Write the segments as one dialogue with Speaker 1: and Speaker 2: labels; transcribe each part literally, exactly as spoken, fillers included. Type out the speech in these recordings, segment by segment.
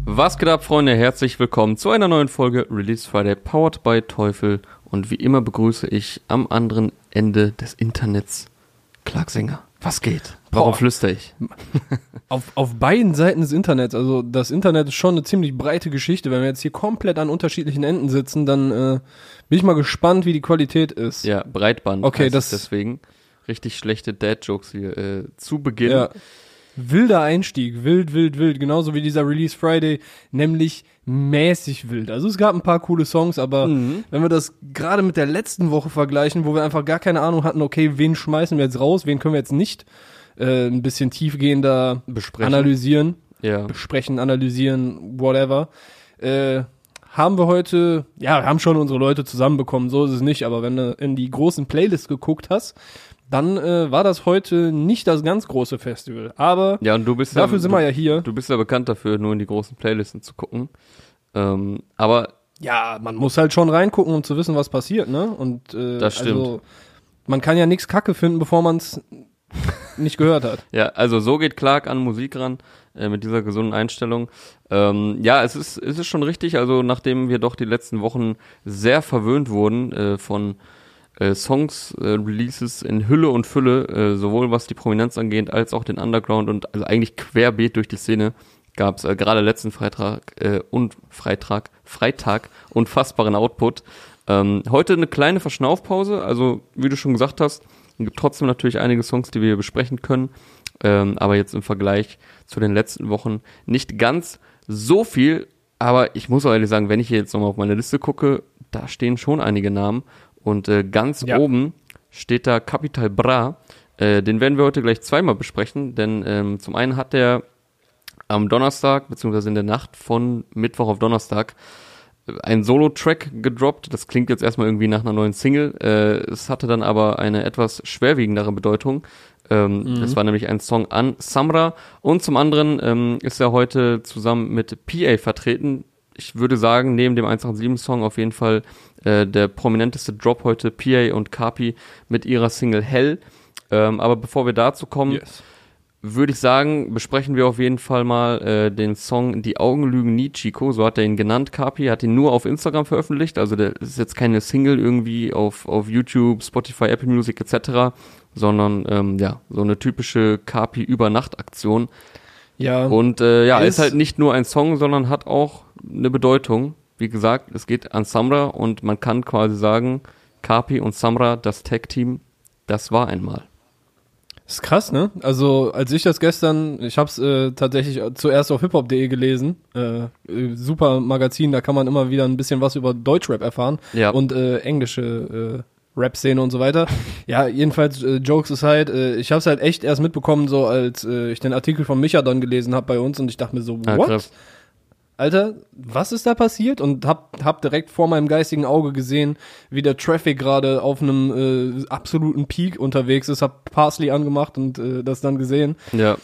Speaker 1: Was geht ab, Freunde? Herzlich willkommen zu einer neuen Folge Release Friday, powered by Teufel. Und wie immer begrüße ich am anderen Ende des Internets Clark Singer. Was geht? Warum Boah. flüstere ich?
Speaker 2: Auf, auf beiden Seiten des Internets, also das Internet ist schon eine ziemlich breite Geschichte. Wenn wir jetzt hier komplett an unterschiedlichen Enden sitzen, dann äh, bin ich mal gespannt, wie die Qualität ist.
Speaker 1: Ja, Breitband.
Speaker 2: Okay, das
Speaker 1: deswegen richtig schlechte Dad-Jokes hier äh, zu Beginn.
Speaker 2: Ja. Wilder Einstieg, wild, wild, wild, genauso wie dieser Release Friday, nämlich mäßig wild. Also es gab ein paar coole Songs, aber mhm. wenn wir das gerade mit der letzten Woche vergleichen, wo wir einfach gar keine Ahnung hatten, okay, wen schmeißen wir jetzt raus, wen können wir jetzt nicht äh, ein bisschen tiefgehender
Speaker 1: besprechen.
Speaker 2: analysieren,
Speaker 1: ja.
Speaker 2: besprechen, analysieren, whatever, äh, haben wir heute, ja, wir haben schon unsere Leute zusammenbekommen, so ist es nicht, aber wenn du in die großen Playlists geguckt hast, dann äh, war das heute nicht das ganz große Festival. Aber
Speaker 1: ja, und du bist
Speaker 2: dafür
Speaker 1: ja,
Speaker 2: sind
Speaker 1: du,
Speaker 2: wir ja hier.
Speaker 1: Du bist ja bekannt dafür, nur in die großen Playlisten zu gucken. Ähm, aber
Speaker 2: ja, man muss halt schon reingucken, um zu wissen, was passiert, ne? Und äh,
Speaker 1: das stimmt.
Speaker 2: Also, man kann ja nichts Kacke finden, bevor man es nicht gehört hat.
Speaker 1: Ja, also so geht Clark an Musik ran, äh, mit dieser gesunden Einstellung. Ähm, ja, es ist, es ist schon richtig, also nachdem wir doch die letzten Wochen sehr verwöhnt wurden äh, von Äh, Songs, äh, Releases in Hülle und Fülle, äh, sowohl was die Prominenz angeht, als auch den Underground und also eigentlich querbeet durch die Szene gab es äh, gerade letzten Freitag äh, und Freitag, Freitag unfassbaren Output. Ähm, heute eine kleine Verschnaufpause, also wie du schon gesagt hast, es gibt trotzdem natürlich einige Songs, die wir hier besprechen können, ähm, aber jetzt im Vergleich zu den letzten Wochen nicht ganz so viel, aber ich muss auch ehrlich sagen, wenn ich hier jetzt nochmal auf meine Liste gucke, da stehen schon einige Namen. Und äh, ganz ja. oben steht da Capital Bra. Äh, den werden wir heute gleich zweimal besprechen, denn ähm, zum einen hat der am Donnerstag, beziehungsweise in der Nacht von Mittwoch auf Donnerstag, äh, einen Solo-Track gedroppt. Das klingt jetzt erstmal irgendwie nach einer neuen Single. Äh, es hatte dann aber eine etwas schwerwiegendere Bedeutung. Ähm, mhm. Das war nämlich ein Song an Samra. Und zum anderen ähm, ist er heute zusammen mit P A vertreten. Ich würde sagen, neben dem eins acht sieben Song auf jeden Fall äh, der prominenteste Drop heute, P A und Kapi mit ihrer Single Hell. Ähm, aber bevor wir dazu kommen, yes. würde ich sagen, besprechen wir auf jeden Fall mal äh, den Song Die Augen lügen nie, Chico, so hat er ihn genannt. Kapi hat ihn nur auf Instagram veröffentlicht, also der ist jetzt keine Single irgendwie auf, auf YouTube, Spotify, Apple Music et cetera, sondern ähm, ja, so eine typische Kapi-Über-Nacht-Aktion.
Speaker 2: Ja,
Speaker 1: und äh, ja, ist, ist halt nicht nur ein Song, sondern hat auch eine Bedeutung. Wie gesagt, es geht an Samra und man kann quasi sagen, Kapi und Samra, das Tag-Team, das war einmal.
Speaker 2: Ist krass, ne? Also als ich das gestern, ich hab's äh, tatsächlich zuerst auf hiphop punkt de gelesen, äh, super Magazin, da kann man immer wieder ein bisschen was über Deutschrap erfahren
Speaker 1: ja.
Speaker 2: und äh, englische äh, Rap-Szene und so weiter. Ja, jedenfalls, äh, Jokes aside, äh, ich hab's halt echt erst mitbekommen, so als äh, ich den Artikel von Micha dann gelesen habe bei uns und ich dachte mir so,
Speaker 1: ah,
Speaker 2: what?
Speaker 1: Krass.
Speaker 2: Alter, was ist da passiert? Und hab, hab direkt vor meinem geistigen Auge gesehen, wie der Traffic gerade auf einem äh, absoluten Peak unterwegs ist. Hab Parsley angemacht und äh, das dann gesehen.
Speaker 1: Ja.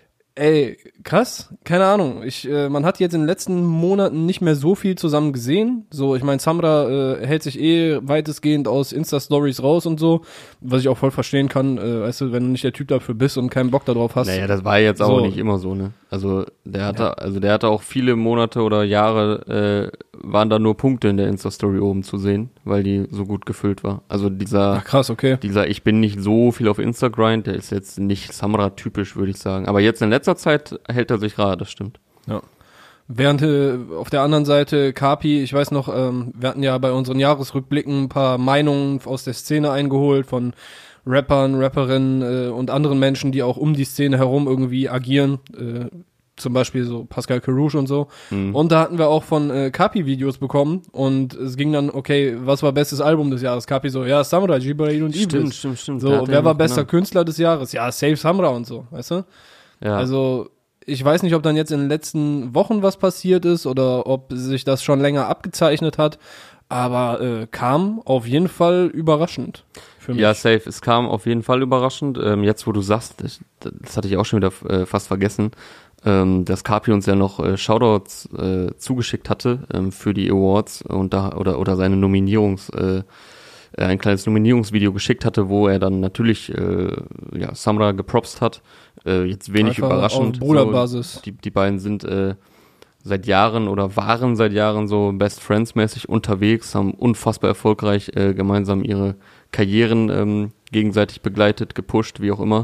Speaker 2: Ey, krass, keine Ahnung. Ich, äh, man hat jetzt in den letzten Monaten nicht mehr so viel zusammen gesehen. So, ich meine, Samra äh, hält sich eh weitestgehend aus Insta-Stories raus und so, was ich auch voll verstehen kann. Äh, weißt du, wenn du nicht der Typ dafür bist und keinen Bock darauf hast.
Speaker 1: Naja, das war jetzt auch
Speaker 2: so.
Speaker 1: nicht immer so, ne? Also der hatte, ja. also der hatte auch viele Monate oder Jahre, äh, waren da nur Punkte in der Insta-Story oben zu sehen, weil die so gut gefüllt war. Also dieser,
Speaker 2: Ach krass, okay.
Speaker 1: dieser, ich bin nicht so viel auf Instagram, der ist jetzt nicht Samra-typisch, würde ich sagen. Aber jetzt in letzter Zeit hält er sich gerade, das stimmt.
Speaker 2: Ja. Während äh, auf der anderen Seite Kapi, ich weiß noch, ähm, wir hatten ja bei unseren Jahresrückblicken ein paar Meinungen aus der Szene eingeholt von Rappern, Rapperinnen äh, und anderen Menschen, die auch um die Szene herum irgendwie agieren, äh, zum Beispiel so Pascal Carouche und so. Mhm. Und da hatten wir auch von äh, Kapi Videos bekommen und es ging dann, okay, was war bestes Album des Jahres? Kapi so, ja, Samurai, Jibril und Iblis.
Speaker 1: Stimmt, stimmt, stimmt.
Speaker 2: So, wer war bester genau. Künstler des Jahres? Ja, Safe Samra und so, weißt du?
Speaker 1: Ja.
Speaker 2: Also ich weiß nicht, ob dann jetzt in den letzten Wochen was passiert ist oder ob sich das schon länger abgezeichnet hat, aber äh, kam auf jeden Fall überraschend für mich.
Speaker 1: Ja, safe. Es kam auf jeden Fall überraschend. Ähm, jetzt, wo du sagst, das, das hatte ich auch schon wieder äh, fast vergessen, ähm, dass Kapi uns ja noch äh, Shoutouts äh, zugeschickt hatte ähm, für die Awards und da oder oder seine Nominierungs äh, ein kleines Nominierungsvideo geschickt hatte, wo er dann natürlich äh, ja, Samra gepropst hat. Äh, jetzt wenig
Speaker 2: Einfach
Speaker 1: überraschend.
Speaker 2: auf Bruderbasis.
Speaker 1: So, die, die beiden sind äh, seit Jahren oder waren seit Jahren so Best Friends-mäßig unterwegs, haben unfassbar erfolgreich äh, gemeinsam ihre Karrieren ähm, gegenseitig begleitet, gepusht, wie auch immer.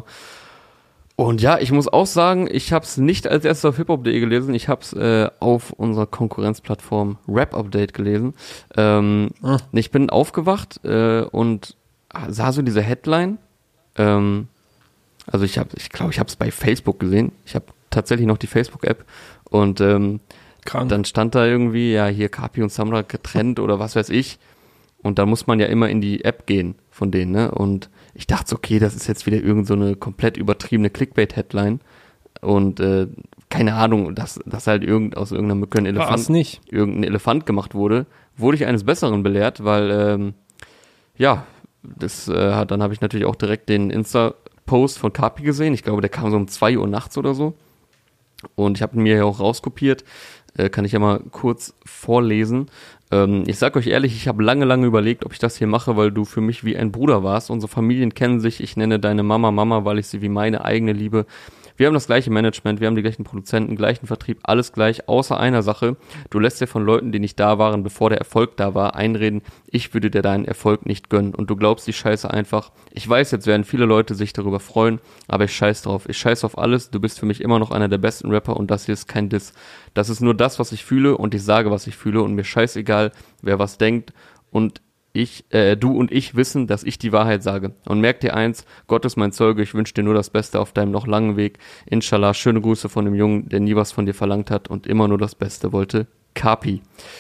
Speaker 1: Und ja, ich muss auch sagen, ich habe es nicht als erstes auf hiphop punkt de gelesen, ich habe es äh, auf unserer Konkurrenzplattform Rap Update gelesen. Ähm, hm. Ich bin aufgewacht äh, und sah so diese Headline. Ähm, also ich habe, ich glaube, ich habe es bei Facebook gesehen. Ich habe tatsächlich noch die Facebook-App und ähm, dann stand da irgendwie, ja, hier Kapi und Samra getrennt oder was weiß ich. Und da muss man ja immer in die App gehen von denen, ne? Und ich dachte so, okay, das ist jetzt wieder irgend so eine komplett übertriebene Clickbait-Headline. Und äh, keine Ahnung, dass, dass halt irgend, aus irgendeiner Mücke ein Elefant,
Speaker 2: nicht.
Speaker 1: irgendein Elefant gemacht wurde, wurde ich eines Besseren belehrt, weil, ähm, ja, das äh, hat, dann habe ich natürlich auch direkt den Insta-Post von Kapi gesehen. Ich glaube, der kam so um zwei Uhr nachts oder so. Und ich habe ihn mir ja auch rauskopiert. Äh, kann ich ja mal kurz vorlesen. Ähm, ich sag euch ehrlich, ich habe lange, lange überlegt, ob ich das hier mache, weil du für mich wie ein Bruder warst. Unsere Familien kennen sich. Ich nenne deine Mama Mama, weil ich sie wie meine eigene liebe. Wir haben das gleiche Management, wir haben die gleichen Produzenten, gleichen Vertrieb, alles gleich, außer einer Sache. Du lässt dir von Leuten, die nicht da waren, bevor der Erfolg da war, einreden, ich würde dir deinen Erfolg nicht gönnen. Und du glaubst die Scheiße einfach. Ich weiß, jetzt werden viele Leute sich darüber freuen, aber ich scheiß drauf. Ich scheiß auf alles. Du bist für mich immer noch einer der besten Rapper und das hier ist kein Diss. Das ist nur das, was ich fühle und ich sage, was ich fühle und mir scheißegal, wer was denkt. Und ich, äh, du und ich wissen, dass ich die Wahrheit sage. Und merk dir eins, Gott ist mein Zeuge, ich wünsche dir nur das Beste auf deinem noch langen Weg. Inshallah, schöne Grüße von dem Jungen, der nie was von dir verlangt hat und immer nur das Beste wollte. Kapi.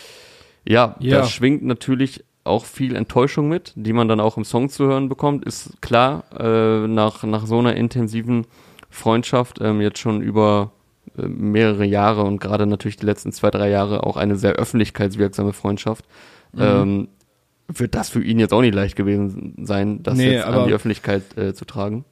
Speaker 1: Ja, ja. Da schwingt natürlich auch viel Enttäuschung mit, die man dann auch im Song zu hören bekommt. Ist klar, äh, nach, nach so einer intensiven Freundschaft, ähm, jetzt schon über äh, mehrere Jahre und gerade natürlich die letzten zwei, drei Jahre auch eine sehr öffentlichkeitswirksame Freundschaft, mhm. ähm, wird das für ihn jetzt auch nicht leicht gewesen sein, das nee, jetzt an die Öffentlichkeit äh, zu tragen.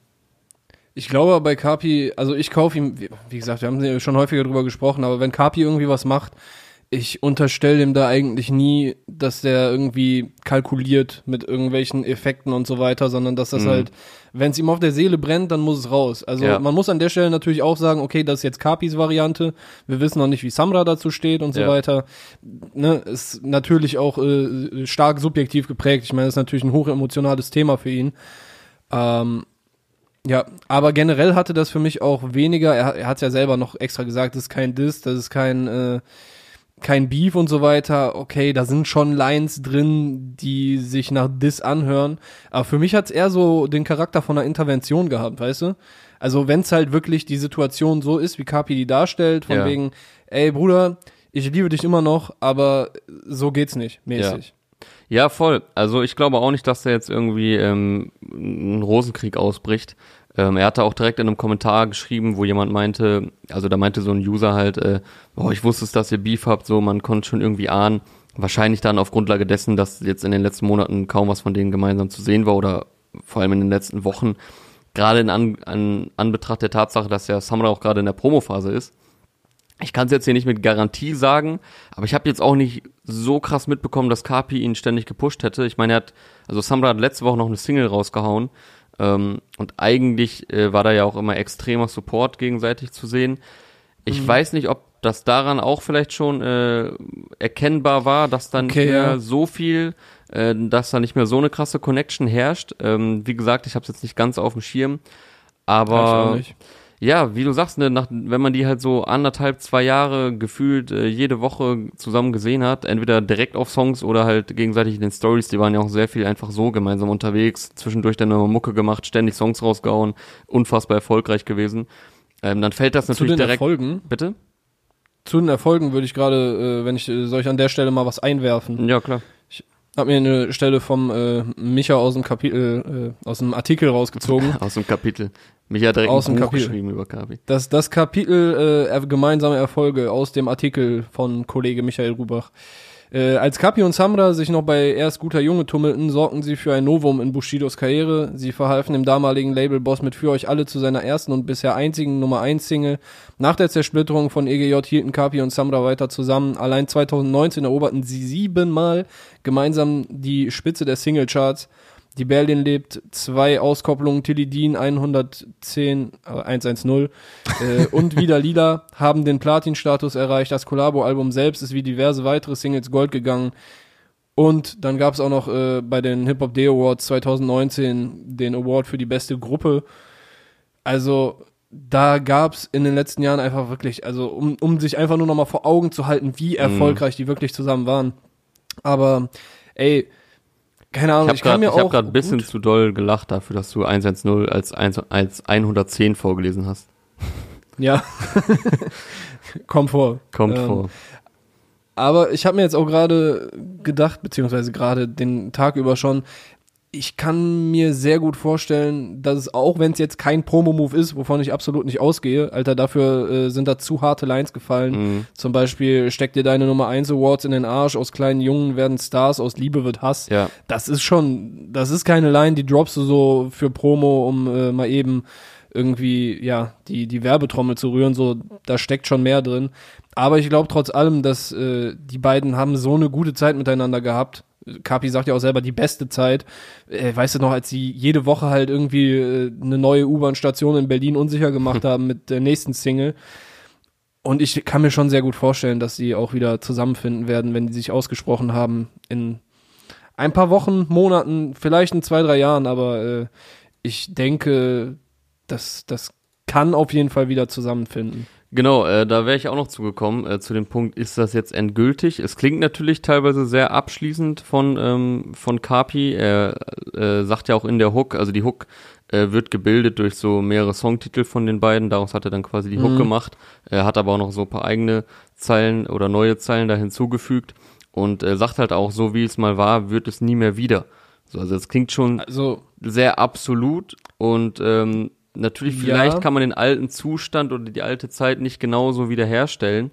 Speaker 2: Ich glaube bei Kapi, also ich kaufe ihm, wie gesagt, wir haben schon häufiger drüber gesprochen, aber wenn Kapi irgendwie was macht, ich unterstelle dem da eigentlich nie, dass der irgendwie kalkuliert mit irgendwelchen Effekten und so weiter, sondern dass das mhm. halt, wenn es ihm auf der Seele brennt, dann muss es raus. Also ja. man muss an der Stelle natürlich auch sagen, okay, das ist jetzt Kapis Variante, wir wissen noch nicht, wie Samra dazu steht und so ja. weiter. Ne, ist natürlich auch äh, stark subjektiv geprägt. Ich meine, das ist natürlich ein hochemotionales Thema für ihn. Ähm, ja, aber generell hatte das für mich auch weniger, er, er hat es ja selber noch extra gesagt, das ist kein Diss, das ist kein äh, kein Beef und so weiter, okay, da sind schon Lines drin, die sich nach Diss anhören, aber für mich hat's eher so den Charakter von einer Intervention gehabt, weißt du? Also wenn's halt wirklich die Situation so ist, wie Kapi die darstellt, von ja. wegen, ey Bruder, ich liebe dich immer noch, aber so geht's nicht, mäßig.
Speaker 1: Ja, ja voll. Also ich glaube auch nicht, dass da jetzt irgendwie ähm, ein Rosenkrieg ausbricht. Ähm, er hatte auch direkt in einem Kommentar geschrieben, wo jemand meinte, also da meinte so ein User halt, äh, oh, ich wusste es, dass ihr Beef habt, so, man konnte schon irgendwie ahnen, wahrscheinlich dann auf Grundlage dessen, dass jetzt in den letzten Monaten kaum was von denen gemeinsam zu sehen war oder vor allem in den letzten Wochen, gerade in an, an Anbetracht der Tatsache, dass ja Samra auch gerade in der Promophase ist. Ich kann es jetzt hier nicht mit Garantie sagen, aber ich habe jetzt auch nicht so krass mitbekommen, dass Kapi ihn ständig gepusht hätte. Ich meine, er hat, also Samra hat letzte Woche noch eine Single rausgehauen, Ähm, und eigentlich äh, war da ja auch immer extremer Support gegenseitig zu sehen. Ich mhm. weiß nicht, ob das daran auch vielleicht schon äh, erkennbar war, dass dann okay, nicht mehr ja. so viel, äh, dass da nicht mehr so eine krasse Connection herrscht. Ähm, wie gesagt, ich habe es jetzt nicht ganz auf dem Schirm, aber ja, wie du sagst, ne, nach, wenn man die halt so anderthalb, zwei Jahre gefühlt äh, jede Woche zusammen gesehen hat, entweder direkt auf Songs oder halt gegenseitig in den Stories, die waren ja auch sehr viel einfach so gemeinsam unterwegs, zwischendurch dann immer Mucke gemacht, ständig Songs rausgehauen, unfassbar erfolgreich gewesen. Ähm, dann fällt das natürlich
Speaker 2: direkt...
Speaker 1: Zu den
Speaker 2: Erfolgen?
Speaker 1: Bitte?
Speaker 2: Zu den Erfolgen würde ich gerade, äh, wenn ich, soll ich an der Stelle mal was einwerfen?
Speaker 1: Ja, klar.
Speaker 2: Ich habe mir eine Stelle vom äh, Micha aus dem Kapitel, äh, aus dem Artikel rausgezogen.
Speaker 1: Aus dem Kapitel. Micha hat direkt
Speaker 2: aus
Speaker 1: ein Buch
Speaker 2: Kapitel.
Speaker 1: geschrieben über Kapi.
Speaker 2: Das, das Kapitel äh, gemeinsame Erfolge aus dem Artikel von Kollege Michael Rubach. Äh, als Kapi und Samra sich noch bei Erst guter Junge tummelten, sorgten sie für ein Novum in Bushidos Karriere. Sie verhalfen dem damaligen Labelboss mit Für euch alle zu seiner ersten und bisher einzigen Nummer eins Single. Nach der Zersplitterung von E G J hielten Kapi und Samra weiter zusammen. Allein zwanzig neunzehn eroberten sie siebenmal gemeinsam die Spitze der Singlecharts. Die Berlin lebt, zwei Auskopplungen, Tilidin hundertzehn, äh, hundertzehn äh, und Wieder Lila haben den Platin-Status erreicht. Das Collabo-Album selbst ist wie diverse weitere Singles Gold gegangen. Und dann gab es auch noch äh, bei den Hip-Hop Day Awards zwanzig neunzehn den Award für die beste Gruppe. Also da gab es in den letzten Jahren einfach wirklich, also um, um sich einfach nur noch mal vor Augen zu halten, wie erfolgreich mhm. die wirklich zusammen waren. Aber ey, keine Ahnung,
Speaker 1: ich,
Speaker 2: ich kann
Speaker 1: grad,
Speaker 2: mir
Speaker 1: ich
Speaker 2: auch...
Speaker 1: Ich habe gerade ein bisschen
Speaker 2: gut,
Speaker 1: zu doll gelacht dafür, dass du hundertzehn als, als hundertzehn vorgelesen hast.
Speaker 2: Ja, kommt vor.
Speaker 1: Kommt
Speaker 2: ähm,
Speaker 1: vor.
Speaker 2: Aber ich habe mir jetzt auch gerade gedacht, beziehungsweise gerade den Tag über schon, ich kann mir sehr gut vorstellen, dass es auch, wenn es jetzt kein Promo-Move ist, wovon ich absolut nicht ausgehe, Alter, dafür äh, sind da zu harte Lines gefallen. Mhm. Zum Beispiel, steck dir deine Nummer eins Awards in den Arsch, aus kleinen Jungen werden Stars, aus Liebe wird Hass.
Speaker 1: Ja.
Speaker 2: Das ist schon, das ist keine Line, die droppst du so für Promo, um äh, mal eben irgendwie, ja, die, die Werbetrommel zu rühren, so, da steckt schon mehr drin. Aber ich glaube trotz allem, dass äh, die beiden haben so eine gute Zeit miteinander gehabt. Kapi sagt ja auch selber, die beste Zeit. Äh, weißt du noch, als sie jede Woche halt irgendwie äh, eine neue U-Bahn-Station in Berlin unsicher gemacht haben mit der nächsten Single. Und ich kann mir schon sehr gut vorstellen, dass sie auch wieder zusammenfinden werden, wenn die sich ausgesprochen haben in ein paar Wochen, Monaten, vielleicht in zwei, drei Jahren. Aber äh, ich denke, dass das kann auf jeden Fall wieder zusammenfinden.
Speaker 1: Genau, äh, da wäre ich auch noch zugekommen, äh, zu dem Punkt, ist das jetzt endgültig? Es klingt natürlich teilweise sehr abschließend von ähm, von Kapi. Er äh, sagt ja auch in der Hook, also die Hook äh, wird gebildet durch so mehrere Songtitel von den beiden, daraus hat er dann quasi die mhm. Hook gemacht. Er hat aber auch noch so ein paar eigene Zeilen oder neue Zeilen da hinzugefügt und äh, sagt halt auch, so wie es mal war, wird es nie mehr wieder. So, also es klingt schon also, sehr absolut und ähm, natürlich, vielleicht ja. kann man den alten Zustand oder die alte Zeit nicht genauso wiederherstellen.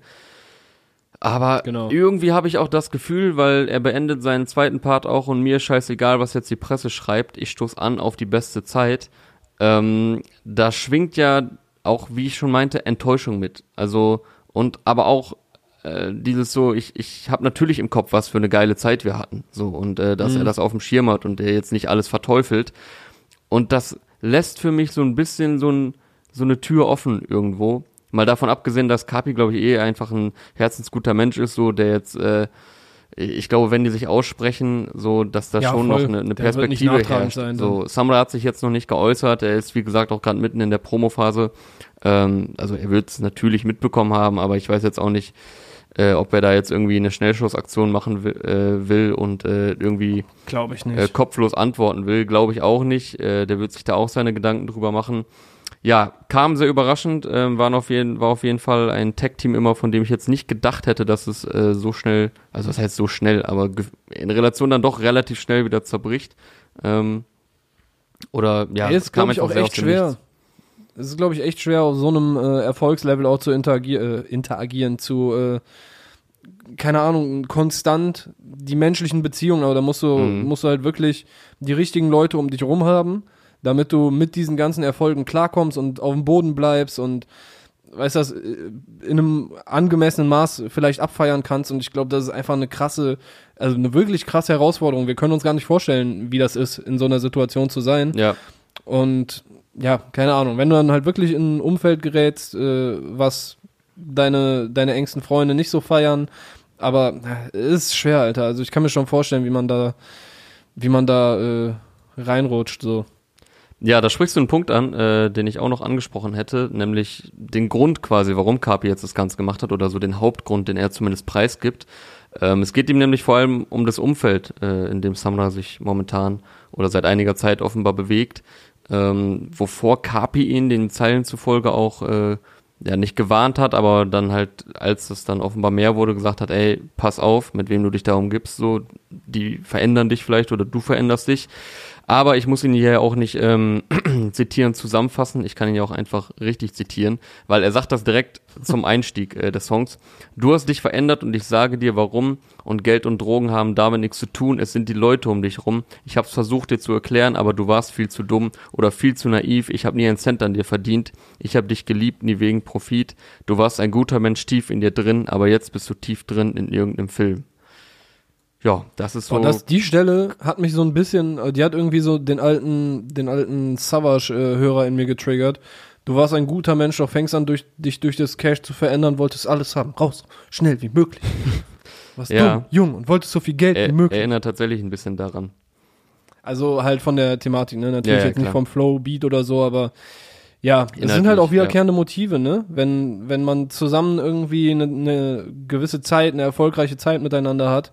Speaker 1: Aber genau. irgendwie habe ich auch das Gefühl, weil er beendet seinen zweiten Part auch und mir scheißegal, was jetzt die Presse schreibt, ich stoß an auf die beste Zeit. Ähm, da schwingt ja auch, wie ich schon meinte, Enttäuschung mit. Also, und aber auch äh, dieses so, ich ich habe natürlich im Kopf, was für eine geile Zeit wir hatten. So, und äh, dass mhm. er das auf dem Schirm hat und er jetzt nicht alles verteufelt. Und das lässt für mich so ein bisschen so, ein, so eine Tür offen irgendwo. Mal davon abgesehen, dass Kapi, glaube ich, eh einfach ein herzensguter Mensch ist, so der jetzt, äh, ich glaube, wenn die sich aussprechen, so, dass da ja, schon voll. noch eine, eine Perspektive herrscht. Sein, so, Samra hat sich jetzt noch nicht geäußert, er ist, wie gesagt, auch gerade mitten in der Promophase. Ähm, also er wird es natürlich mitbekommen haben, aber ich weiß jetzt auch nicht, Äh, ob er da jetzt irgendwie eine Schnellschussaktion machen will, äh, will und äh, irgendwie
Speaker 2: Glaube ich nicht.
Speaker 1: Äh, kopflos antworten will, glaube ich auch nicht. Äh, der wird sich da auch seine Gedanken drüber machen. Ja, kam sehr überraschend, äh, waren auf jeden, war auf jeden Fall ein Tag-Team immer, von dem ich jetzt nicht gedacht hätte, dass es äh, so schnell, also was heißt so schnell, aber ge- in Relation dann doch relativ schnell wieder zerbricht. Ähm, oder ja,
Speaker 2: hey, ist, glaube ich, auch echt schwer. Nichts. Es ist, glaube ich, echt schwer, auf so einem äh, Erfolgslevel auch zu interagier- äh, interagieren, zu, äh, keine Ahnung, konstant die menschlichen Beziehungen, aber da musst du, mhm. musst du halt wirklich die richtigen Leute um dich rum haben, damit du mit diesen ganzen Erfolgen klarkommst und auf dem Boden bleibst und, weißt du, das in einem angemessenen Maß vielleicht abfeiern kannst. Und ich glaube, das ist einfach eine krasse, also eine wirklich krasse Herausforderung. Wir können uns gar nicht vorstellen, wie das ist, in so einer Situation zu sein. Ja. Und ja, keine Ahnung, wenn du dann halt wirklich in ein Umfeld gerätst, äh, was deine, deine engsten Freunde nicht so feiern, aber es äh, ist schwer, Alter. Also ich kann mir schon vorstellen, wie man da, wie man da äh, reinrutscht, so.
Speaker 1: Ja, da sprichst du einen Punkt an, äh, den ich auch noch angesprochen hätte, nämlich den Grund quasi, warum Kapi jetzt das Ganze gemacht hat oder so den Hauptgrund, den er zumindest preisgibt. Ähm, es geht ihm nämlich vor allem um das Umfeld, äh, in dem Samra sich momentan oder seit einiger Zeit offenbar bewegt. Ähm, wovor Kapi ihn den Zeilen zufolge auch äh, ja nicht gewarnt hat, aber dann halt, als es dann offenbar mehr wurde, gesagt hat, ey, pass auf, mit wem du dich da umgibst, so, die verändern dich vielleicht oder du veränderst dich. Aber ich muss ihn hier auch nicht ähm, zitieren, zusammenfassen. Ich kann ihn ja auch einfach richtig zitieren, weil er sagt das direkt zum Einstieg äh, des Songs. Du hast dich verändert und ich sage dir, warum. Und Geld und Drogen haben damit nichts zu tun. Es sind die Leute um dich rum. Ich habe es versucht, dir zu erklären, aber du warst viel zu dumm oder viel zu naiv. Ich habe nie einen Cent an dir verdient. Ich habe dich geliebt, nie wegen Profit. Du warst ein guter Mensch tief in dir drin, aber jetzt bist du tief drin in irgendeinem Film. ja, das ist so.
Speaker 2: Und das, die Stelle hat mich so ein bisschen, die hat irgendwie so den alten, den alten Savage-Hörer in mir getriggert. Du warst ein guter Mensch, doch fängst an, durch, dich durch das Cash zu verändern, wolltest alles haben. Raus, schnell wie möglich. Warst
Speaker 1: Ja.
Speaker 2: dumm, jung und wolltest so viel Geld
Speaker 1: er,
Speaker 2: wie möglich.
Speaker 1: erinnert tatsächlich ein bisschen daran.
Speaker 2: Also halt von der Thematik, ne? Natürlich
Speaker 1: Ja, ja,
Speaker 2: jetzt nicht
Speaker 1: klar.
Speaker 2: vom Flow, Beat oder so, aber ja, es sind
Speaker 1: Inhaltlich,
Speaker 2: halt auch
Speaker 1: ja.
Speaker 2: wiederkehrende Motive, ne? Wenn, wenn man zusammen irgendwie eine, eine gewisse Zeit, eine erfolgreiche Zeit miteinander hat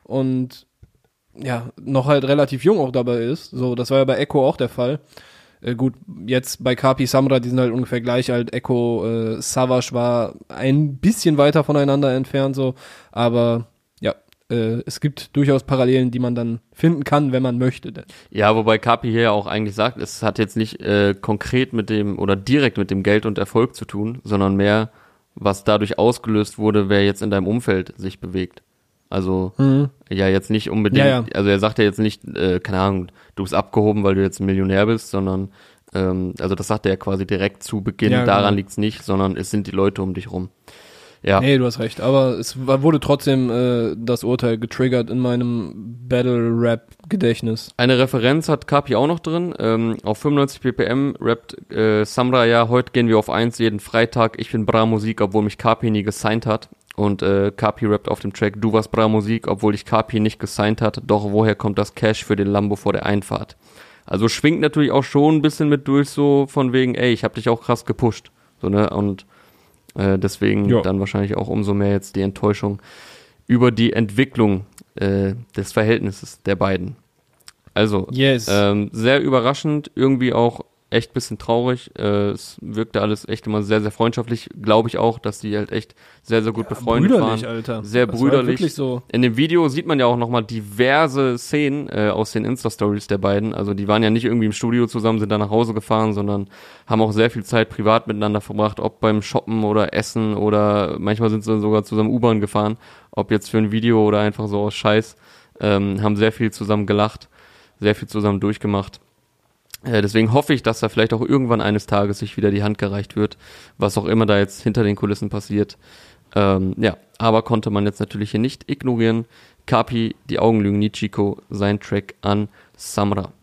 Speaker 2: und ja, noch halt relativ jung auch dabei ist. So, das war ja bei Echo auch der Fall. Äh, gut, jetzt bei Kapi, Samra, die sind halt ungefähr gleich alt. Echo, äh, Savage war ein bisschen weiter voneinander entfernt, so, aber ja, äh, es gibt durchaus Parallelen, die man dann finden kann, wenn man möchte. Denn.
Speaker 1: Ja, wobei Kapi hier ja auch eigentlich sagt, es hat jetzt nicht äh, konkret mit dem oder direkt mit dem Geld und Erfolg zu tun, sondern mehr, was dadurch ausgelöst wurde, wer jetzt in deinem Umfeld sich bewegt. Also
Speaker 2: Mhm.
Speaker 1: ja jetzt nicht unbedingt,
Speaker 2: Ja, ja.
Speaker 1: also er sagt ja jetzt nicht, äh, keine Ahnung, du bist abgehoben, weil du jetzt ein Millionär bist, sondern ähm, also das sagt er ja quasi direkt zu Beginn,
Speaker 2: Ja,
Speaker 1: daran
Speaker 2: genau.
Speaker 1: liegt's nicht, sondern es sind die Leute um dich rum. Ja.
Speaker 2: Nee, du hast recht, aber es war, wurde trotzdem äh, das Urteil getriggert in meinem Battle-Rap-Gedächtnis.
Speaker 1: Eine Referenz hat Kapi auch noch drin. Ähm, auf fünfundneunzig B P M rappt äh, Samra, ja, heute gehen wir auf eins jeden Freitag. Ich bin Bra Musik, obwohl mich Kapi nie gesigned hat. Und äh, Kapi rappt auf dem Track, du warst Bra Musik, obwohl dich Kapi nicht gesigned hat. Doch woher kommt das Cash für den Lambo vor der Einfahrt? Also schwingt natürlich auch schon ein bisschen mit durch, so von wegen, ey, ich hab dich auch krass gepusht. So, ne? Und äh, deswegen
Speaker 2: Jo.
Speaker 1: dann wahrscheinlich auch umso mehr jetzt die Enttäuschung über die Entwicklung äh, des Verhältnisses der beiden. Also,
Speaker 2: Yes.
Speaker 1: ähm, sehr überraschend, irgendwie auch echt bisschen traurig. Äh, es wirkte alles echt immer sehr, sehr freundschaftlich. Glaube ich auch, dass die halt echt sehr, sehr gut befreundet
Speaker 2: brüderlich,
Speaker 1: waren.
Speaker 2: Alter.
Speaker 1: Sehr
Speaker 2: Das war
Speaker 1: brüderlich.
Speaker 2: wirklich so.
Speaker 1: In dem Video sieht man ja auch nochmal diverse Szenen äh, aus den Insta-Stories der beiden. Also die waren ja nicht irgendwie im Studio zusammen, sind dann nach Hause gefahren, sondern haben auch sehr viel Zeit privat miteinander verbracht, ob beim Shoppen oder Essen oder manchmal sind sie sogar zusammen U-Bahn gefahren, ob jetzt für ein Video oder einfach so aus Scheiß. Ähm, haben sehr viel zusammen gelacht, sehr viel zusammen durchgemacht. Äh, deswegen hoffe ich, dass da vielleicht auch irgendwann eines Tages sich wieder die Hand gereicht wird, was auch immer da jetzt hinter den Kulissen passiert. Ähm, ja, aber konnte man jetzt natürlich hier nicht ignorieren. Kapi, die Augen lügen nie, Chico, sein Track an Samra.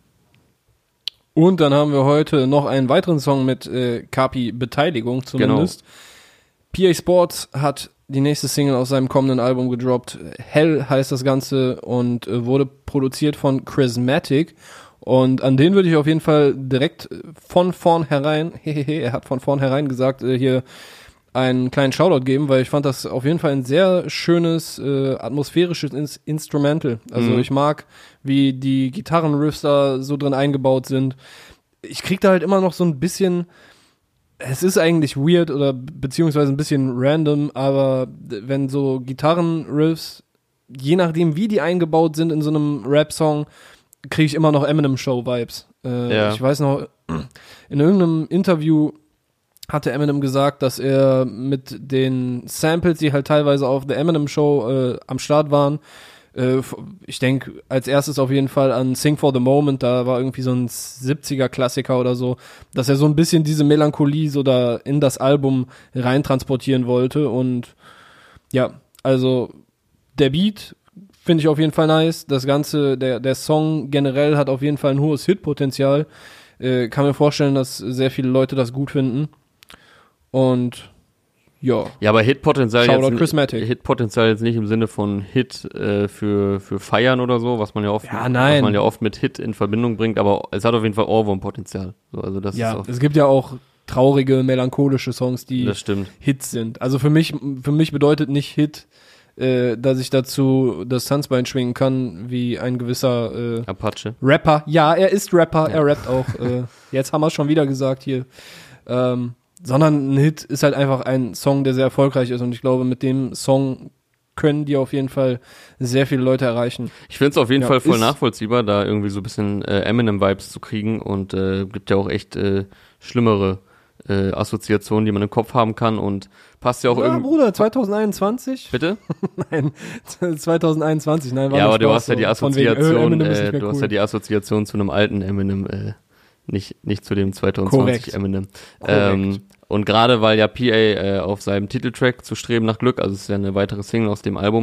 Speaker 2: Und dann haben wir heute noch einen weiteren Song mit äh, Kapi-Beteiligung zumindest. Genau. P A Sports hat die nächste Single aus seinem kommenden Album gedroppt. Hell heißt das Ganze und äh, wurde produziert von Chrismatic. Und an den würde ich auf jeden Fall direkt von vornherein, hehehe, er hat von vornherein gesagt, äh, hier einen kleinen Shoutout geben, weil ich fand das auf jeden Fall ein sehr schönes, äh, atmosphärisches Ins- Instrumental. Also
Speaker 1: Mhm.
Speaker 2: ich mag, wie die Gitarrenriffs da so drin eingebaut sind. Ich krieg da halt immer noch so ein bisschen, es ist eigentlich weird oder beziehungsweise ein bisschen random, aber wenn so Gitarrenriffs, je nachdem wie die eingebaut sind in so einem Rap-Song, kriege ich immer noch Eminem-Show-Vibes. Äh,
Speaker 1: Ja.
Speaker 2: Ich weiß noch, in irgendeinem Interview hatte Eminem gesagt, dass er mit den Samples, die halt teilweise auf der Eminem-Show äh, am Start waren, äh, ich denke als erstes auf jeden Fall an Sing for the Moment, da war irgendwie so ein siebziger-Klassiker oder so, dass er so ein bisschen diese Melancholie so da in das Album reintransportieren wollte und ja, also der Beat finde ich auf jeden Fall nice. Das Ganze, der, der Song generell hat auf jeden Fall ein hohes Hitpotenzial. Äh, kann mir vorstellen, dass sehr viele Leute das gut finden. Und ja.
Speaker 1: Ja, aber Hitpotenzial
Speaker 2: Shoutout
Speaker 1: jetzt,
Speaker 2: Chrismatic.
Speaker 1: Hitpotenzial jetzt nicht im Sinne von Hit äh, für für Feiern oder so, was man ja oft
Speaker 2: Ja, nein.
Speaker 1: was man ja oft mit Hit in Verbindung bringt, aber es hat auf jeden Fall Ohrwurmpotenzial. So, also das
Speaker 2: Ja,
Speaker 1: ist auch,
Speaker 2: es gibt ja auch traurige, melancholische Songs, die
Speaker 1: das stimmt.
Speaker 2: Hits sind. Also für mich, für mich bedeutet nicht Hit, äh, dass ich dazu das Tanzbein schwingen kann, wie ein gewisser äh,
Speaker 1: Apache.
Speaker 2: Rapper. Ja, er ist Rapper,
Speaker 1: Ja.
Speaker 2: er rappt auch. Äh, jetzt haben wir es schon wieder gesagt hier. Ähm, sondern ein Hit ist halt einfach ein Song, der sehr erfolgreich ist und ich glaube, mit dem Song können die auf jeden Fall sehr viele Leute erreichen.
Speaker 1: Ich finde es auf jeden
Speaker 2: Ja,
Speaker 1: Fall voll
Speaker 2: ist-
Speaker 1: nachvollziehbar, da irgendwie so ein bisschen äh, Eminem-Vibes zu kriegen und äh, gibt ja auch echt äh, schlimmere äh, Assoziationen, die man im Kopf haben kann und passt ja auch
Speaker 2: Ja,
Speaker 1: irgendwie.
Speaker 2: Bruder, zwanzig einundzwanzig?
Speaker 1: Bitte?
Speaker 2: Nein, zwanzig einundzwanzig, nein, war
Speaker 1: Ja,
Speaker 2: nur
Speaker 1: aber du
Speaker 2: Spaß
Speaker 1: hast ja die
Speaker 2: so. Von wegen, äh,
Speaker 1: Assoziation,
Speaker 2: Eminem ist nicht
Speaker 1: äh,
Speaker 2: mehr
Speaker 1: du
Speaker 2: cool.
Speaker 1: hast ja die Assoziation zu einem alten Eminem, äh, nicht nicht zu dem zwanzig zwanzig
Speaker 2: Korrekt.
Speaker 1: Eminem.
Speaker 2: Korrekt.
Speaker 1: Ähm, und gerade weil ja P A äh, auf seinem Titeltrack zu Streben nach Glück, also es ist ja eine weitere Single aus dem Album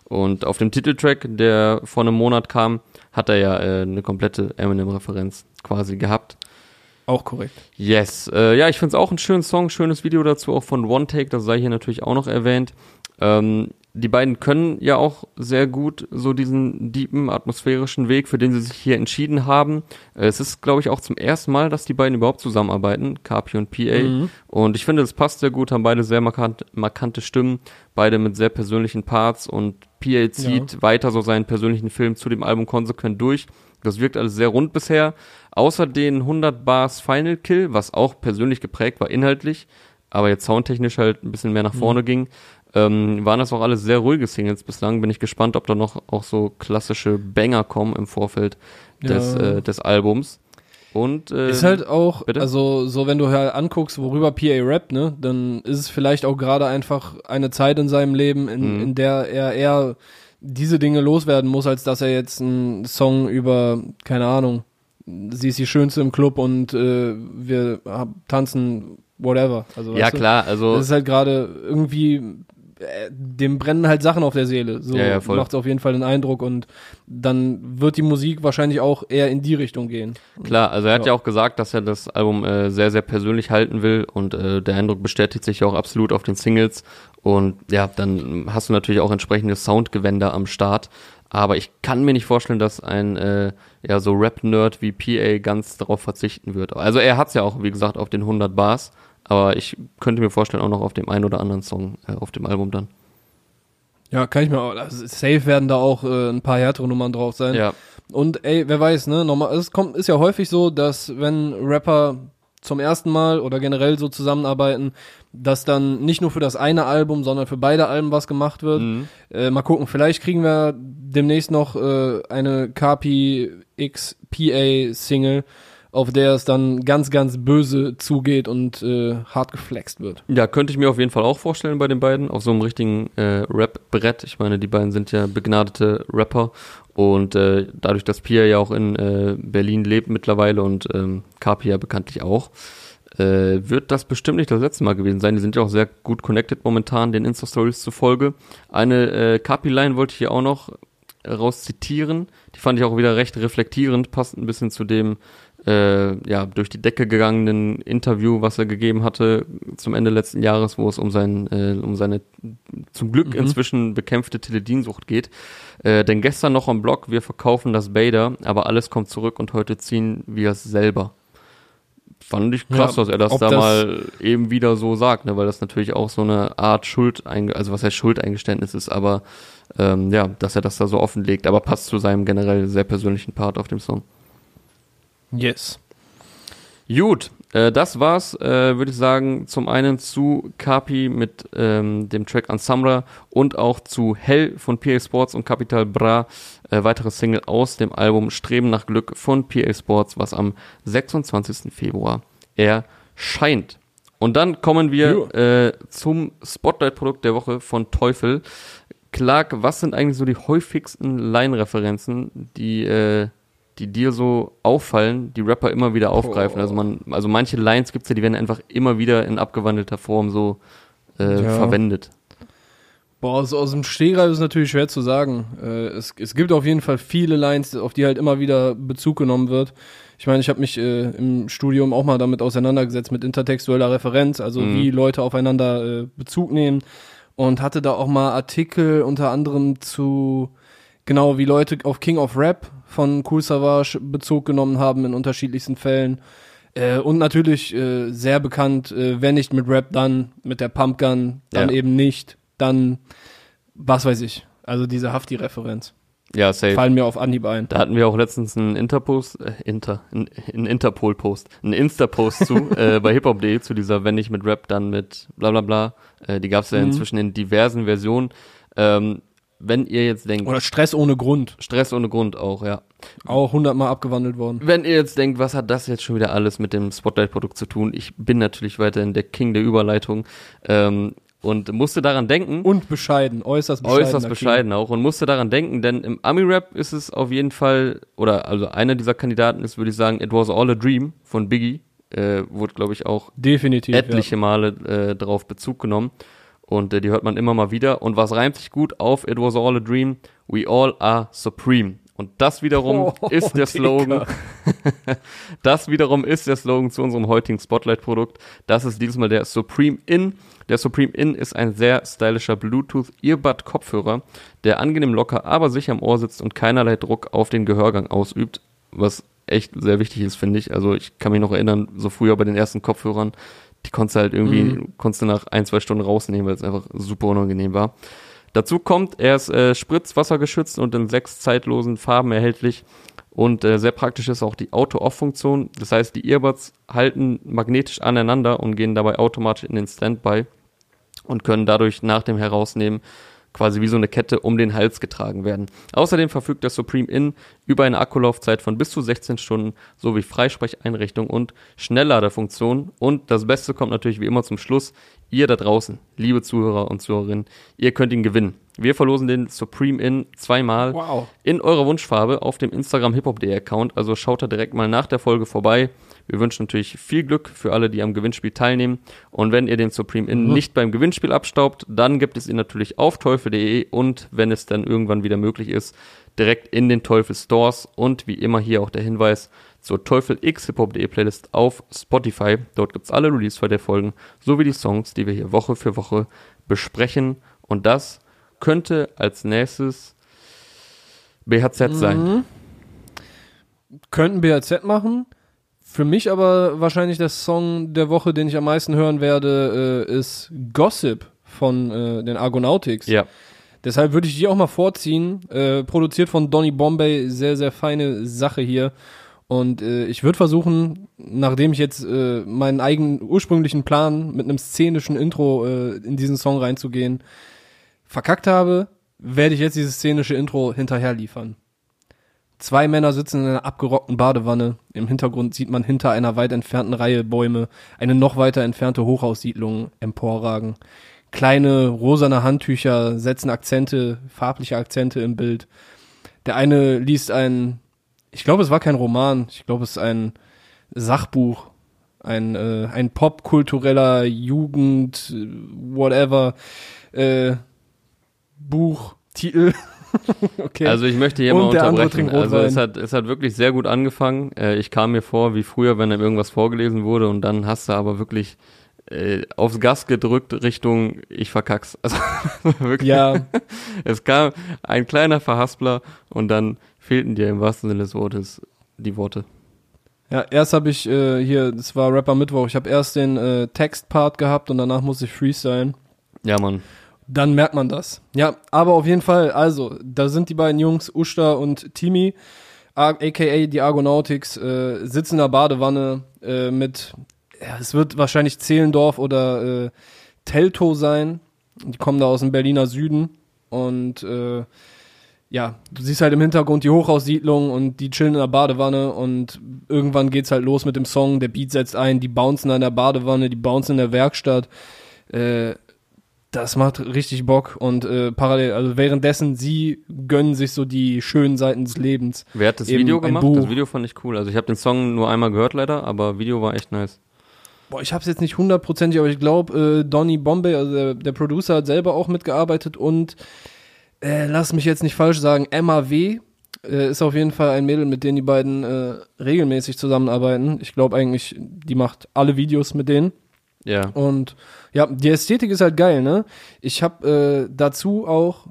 Speaker 1: Und auf dem Titeltrack, der vor einem Monat kam, hat er ja äh, eine komplette Eminem-Referenz quasi gehabt.
Speaker 2: Auch korrekt.
Speaker 1: Yes. Äh, ja, ich finde es auch einen schönen Song, schönes Video dazu, auch von One Take, das sei hier natürlich auch noch erwähnt. Ähm, die beiden können ja auch sehr gut so diesen deepen, atmosphärischen Weg, für den sie sich hier entschieden haben. Äh, es ist, glaube ich, auch zum ersten Mal, dass die beiden überhaupt zusammenarbeiten, Kapi und P A. Mhm. Und ich finde, es passt sehr gut, haben beide sehr markant, markante Stimmen, beide mit sehr persönlichen Parts und P A zieht ja. weiter so seinen persönlichen Film zu dem Album konsequent durch. Das wirkt alles sehr rund bisher. Außer den hundert Bars Final Kill, was auch persönlich geprägt war inhaltlich, aber jetzt soundtechnisch halt ein bisschen mehr nach vorne mhm. ging, ähm, waren das auch alles sehr ruhige Singles bislang. Bin ich gespannt, ob da noch auch so klassische Banger kommen im Vorfeld des, ja. äh, des Albums. Und äh,
Speaker 2: ist halt auch,
Speaker 1: bitte?
Speaker 2: also so wenn du halt anguckst, worüber P A rappt, ne, dann ist es vielleicht auch gerade einfach eine Zeit in seinem Leben, in, mhm. in der er eher diese Dinge loswerden muss, als dass er jetzt einen Song über, keine Ahnung, sie ist die Schönste im Club und äh, wir tanzen, whatever. Also,
Speaker 1: ja, klar, also
Speaker 2: das ist halt gerade irgendwie, äh, dem brennen halt Sachen auf der Seele. So
Speaker 1: ja, ja,
Speaker 2: macht es auf jeden Fall den Eindruck und dann wird die Musik wahrscheinlich auch eher in die Richtung gehen.
Speaker 1: Klar, also er hat ja, ja auch gesagt, dass er das Album äh, sehr, sehr persönlich halten will und äh, der Eindruck bestätigt sich auch absolut auf den Singles und ja, dann hast du natürlich auch entsprechende Soundgewänder am Start. Aber ich kann mir nicht vorstellen, dass ein äh, ja so Rap-Nerd wie P A ganz darauf verzichten wird. Also er hat's ja auch, wie gesagt, auf den hundert Bars, aber ich könnte mir vorstellen, auch noch auf dem einen oder anderen Song äh, auf dem Album dann.
Speaker 2: Ja, kann ich mir auch, also safe werden da auch äh, ein paar härtere Nummern drauf sein.
Speaker 1: Ja.
Speaker 2: Und ey, wer weiß, ne, normal, es kommt, ist ja häufig so, dass wenn Rapper zum ersten Mal oder generell so zusammenarbeiten, dass dann nicht nur für das eine Album, sondern für beide Alben was gemacht wird. Mhm. Äh, mal gucken, vielleicht kriegen wir demnächst noch äh, eine K P X P A Single, auf der es dann ganz, ganz böse zugeht und äh, hart geflext wird.
Speaker 1: Ja, könnte ich mir auf jeden Fall auch vorstellen bei den beiden, auf so einem richtigen äh, Rap-Brett. Ich meine, die beiden sind ja begnadete Rapper und äh, dadurch, dass Pia ja auch in äh, Berlin lebt mittlerweile und ähm, Kapi ja bekanntlich auch, äh, wird das bestimmt nicht das letzte Mal gewesen sein. Die sind ja auch sehr gut connected momentan, den Insta-Stories zufolge. Eine äh, Kapi-Line wollte ich hier auch noch raus zitieren. Die fand ich auch wieder recht reflektierend, passt ein bisschen zu dem äh, ja durch die Decke gegangenen Interview, was er gegeben hatte zum Ende letzten Jahres, wo es um sein äh, um seine zum Glück mhm. inzwischen bekämpfte Teledin-Sucht geht. Äh, denn gestern noch am Blog, wir verkaufen das Bader, aber alles kommt zurück und heute ziehen wir es selber. Fand ich krass, ja, dass er das da das mal eben wieder so sagt, ne, weil das natürlich auch so eine Art Schuld, also was heißt Schuldeingeständnis ist, aber ähm, ja, dass er das da so offenlegt, aber passt zu seinem generell sehr persönlichen Part auf dem Song.
Speaker 2: Yes.
Speaker 1: Gut, äh, das war's, äh, würde ich sagen, zum einen zu Kapi mit ähm, dem Track Ensemble und auch zu Hell von P A Sports und Capital Bra, äh, weitere Single aus dem Album Streben nach Glück von P A Sports, was am sechsundzwanzigsten Februar erscheint. Und dann kommen wir äh, zum Spotlight-Produkt der Woche von Teufel. Clark, was sind eigentlich so die häufigsten Line-Referenzen, die äh, die dir so auffallen, die Rapper immer wieder aufgreifen? Oh. Also man, also manche Lines gibt's ja, die werden einfach immer wieder in abgewandelter Form so äh, ja. verwendet.
Speaker 2: Boah, so aus dem Stegreif ist natürlich schwer zu sagen. Äh, es, es gibt auf jeden Fall viele Lines, auf die halt immer wieder Bezug genommen wird. Ich meine, ich habe mich äh, im Studium auch mal damit auseinandergesetzt mit intertextueller Referenz, also mhm. wie Leute aufeinander äh, Bezug nehmen und hatte da auch mal Artikel unter anderem zu, genau, wie Leute auf King of Rap von Kool Savas Bezug genommen haben in unterschiedlichsten Fällen. Äh, und natürlich äh, sehr bekannt, äh, wenn nicht mit Rap, dann mit der Pumpgun, dann ja. eben nicht, dann was weiß ich. Also diese Hafti-Referenz.
Speaker 1: Ja, safe.
Speaker 2: Fallen mir auf Anhieb ein.
Speaker 1: Da hatten wir auch letztens einen Interpost, äh, Inter, einen Interpol-Post, einen Insta-Post zu, äh, bei hiphop punkt de zu dieser wenn nicht mit Rap, dann mit bla bla bla. Äh, die gab's ja mhm. inzwischen in diversen Versionen. Ähm, Wenn ihr jetzt denkt...
Speaker 2: Oder Stress ohne Grund.
Speaker 1: Stress ohne Grund auch, ja.
Speaker 2: Auch hundertmal abgewandelt worden.
Speaker 1: Wenn ihr jetzt denkt, was hat das jetzt schon wieder alles mit dem Spotlight-Produkt zu tun? Ich bin natürlich weiterhin der King der Überleitung ähm, und musste daran denken...
Speaker 2: Und bescheiden, äußerst bescheiden.
Speaker 1: Äußerst bescheiden King. Auch und musste daran denken, denn im Ami-Rap ist es auf jeden Fall, oder also einer dieser Kandidaten ist, würde ich sagen, It Was All a Dream von Biggie. Äh, wurde, glaube ich, auch
Speaker 2: definitiv
Speaker 1: etliche
Speaker 2: ja.
Speaker 1: Male äh, darauf Bezug genommen. und äh, die hört man immer mal wieder. Und was reimt sich gut auf It Was All a Dream? We all are supreme. Und das wiederum
Speaker 2: Oh,
Speaker 1: ist der Slogan.
Speaker 2: Digga.
Speaker 1: Das wiederum ist der Slogan zu unserem heutigen Spotlight-Produkt. Das ist dieses Mal der Supreme In. Der Supreme In ist ein sehr stylischer Bluetooth-Earbud-Kopfhörer, der angenehm locker, aber sicher im Ohr sitzt und keinerlei Druck auf den Gehörgang ausübt, was echt sehr wichtig ist, finde ich. Also ich kann mich noch erinnern, so früher bei den ersten Kopfhörern, die konntest du halt irgendwie, mhm. konntest du nach ein, zwei Stunden rausnehmen, weil es einfach super unangenehm war. Dazu kommt, er ist äh, spritzwassergeschützt und in sechs zeitlosen Farben erhältlich und äh, sehr praktisch ist auch die Auto-Off-Funktion. Das heißt, die Earbuds halten magnetisch aneinander und gehen dabei automatisch in den Standby und können dadurch nach dem Herausnehmen quasi wie so eine Kette um den Hals getragen werden. Außerdem verfügt der Supreme In über eine Akkulaufzeit von bis zu sechzehn Stunden sowie Freisprecheinrichtung und Schnellladerfunktion. Und das Beste kommt natürlich wie immer zum Schluss. Ihr da draußen, liebe Zuhörer und Zuhörerinnen, ihr könnt ihn gewinnen. Wir verlosen den Supreme In zweimal
Speaker 2: Wow.
Speaker 1: in eurer Wunschfarbe auf dem Instagram hiphop punkt de Account. Also schaut da direkt mal nach der Folge vorbei. Wir wünschen natürlich viel Glück für alle, die am Gewinnspiel teilnehmen. Und wenn ihr den Supreme In mhm. nicht beim Gewinnspiel abstaubt, dann gibt es ihn natürlich auf teufel punkt de und wenn es dann irgendwann wieder möglich ist, direkt in den Teufel Stores. Und wie immer hier auch der Hinweis zur Teufel X hiphop punkt de Playlist auf Spotify. Dort gibt es alle Release der Folgen sowie die Songs, die wir hier Woche für Woche besprechen. Und das könnte als nächstes B H Z mhm. sein.
Speaker 2: Könnten B H Z machen. Für mich aber wahrscheinlich der Song der Woche, den ich am meisten hören werde, äh, ist Gossip von äh, den Argonautics.
Speaker 1: Ja.
Speaker 2: Deshalb würde ich die auch mal vorziehen. Äh, produziert von Donny Bombay, sehr, sehr feine Sache hier. Und äh, ich würde versuchen, nachdem ich jetzt äh, meinen eigenen ursprünglichen Plan mit einem szenischen Intro äh, in diesen Song reinzugehen, verkackt habe, werde ich jetzt dieses szenische Intro hinterher liefern. Zwei Männer sitzen in einer abgerockten Badewanne. Im Hintergrund sieht man hinter einer weit entfernten Reihe Bäume eine noch weiter entfernte Hochhaussiedlung emporragen. Kleine rosane Handtücher setzen Akzente, farbliche Akzente im Bild. Der eine liest ein, ich glaube, es war kein Roman, ich glaube, es ist ein Sachbuch, ein, äh, ein popkultureller Jugend, whatever, äh, Buchtitel. Okay.
Speaker 1: Also ich möchte hier
Speaker 2: und
Speaker 1: mal unterbrechen. Also
Speaker 2: Rotwein.
Speaker 1: es hat, es hat wirklich sehr gut angefangen. Äh, ich kam mir vor wie früher, wenn einem irgendwas vorgelesen wurde und dann hast du aber wirklich äh, aufs Gas gedrückt Richtung ich verkack's. Also wirklich.
Speaker 2: Ja.
Speaker 1: Es kam ein kleiner Verhaspler und dann fehlten dir im wahrsten Sinne des Wortes die Worte.
Speaker 2: Ja, erst habe ich äh, hier, das war Rapper Mittwoch, ich habe erst den äh, Textpart gehabt und danach musste ich freestylen.
Speaker 1: Ja, Mann.
Speaker 2: Dann merkt man das. Ja, aber auf jeden Fall, also, da sind die beiden Jungs, Ushta und Timi, aka die Argonautics, äh, sitzen in der Badewanne äh, mit, ja, es wird wahrscheinlich Zehlendorf oder äh, Teltow sein. Die kommen da aus dem Berliner Süden und äh, ja, du siehst halt im Hintergrund die Hochhaussiedlung und die chillen in der Badewanne und irgendwann geht's halt los mit dem Song, der Beat setzt ein, die bouncen in der Badewanne, die bouncen in der Werkstatt, äh, das macht richtig Bock und äh, parallel, also währenddessen, sie gönnen sich so die schönen Seiten des Lebens.
Speaker 1: Wer hat das
Speaker 2: Eben
Speaker 1: Video
Speaker 2: ein
Speaker 1: gemacht?
Speaker 2: Buch.
Speaker 1: Das Video fand ich cool. Also ich habe den Song nur einmal gehört leider, aber Video war echt nice.
Speaker 2: Boah, ich hab's jetzt nicht hundertprozentig, aber ich glaube, äh, Donny Bombay, also der, der Producer, hat selber auch mitgearbeitet und äh, lass mich jetzt nicht falsch sagen, M A W äh, ist auf jeden Fall ein Mädel, mit denen die beiden äh, regelmäßig zusammenarbeiten. Ich glaube eigentlich, die macht alle Videos mit denen.
Speaker 1: Ja.
Speaker 2: Und ja, die Ästhetik ist halt geil, ne? Ich habe äh, dazu auch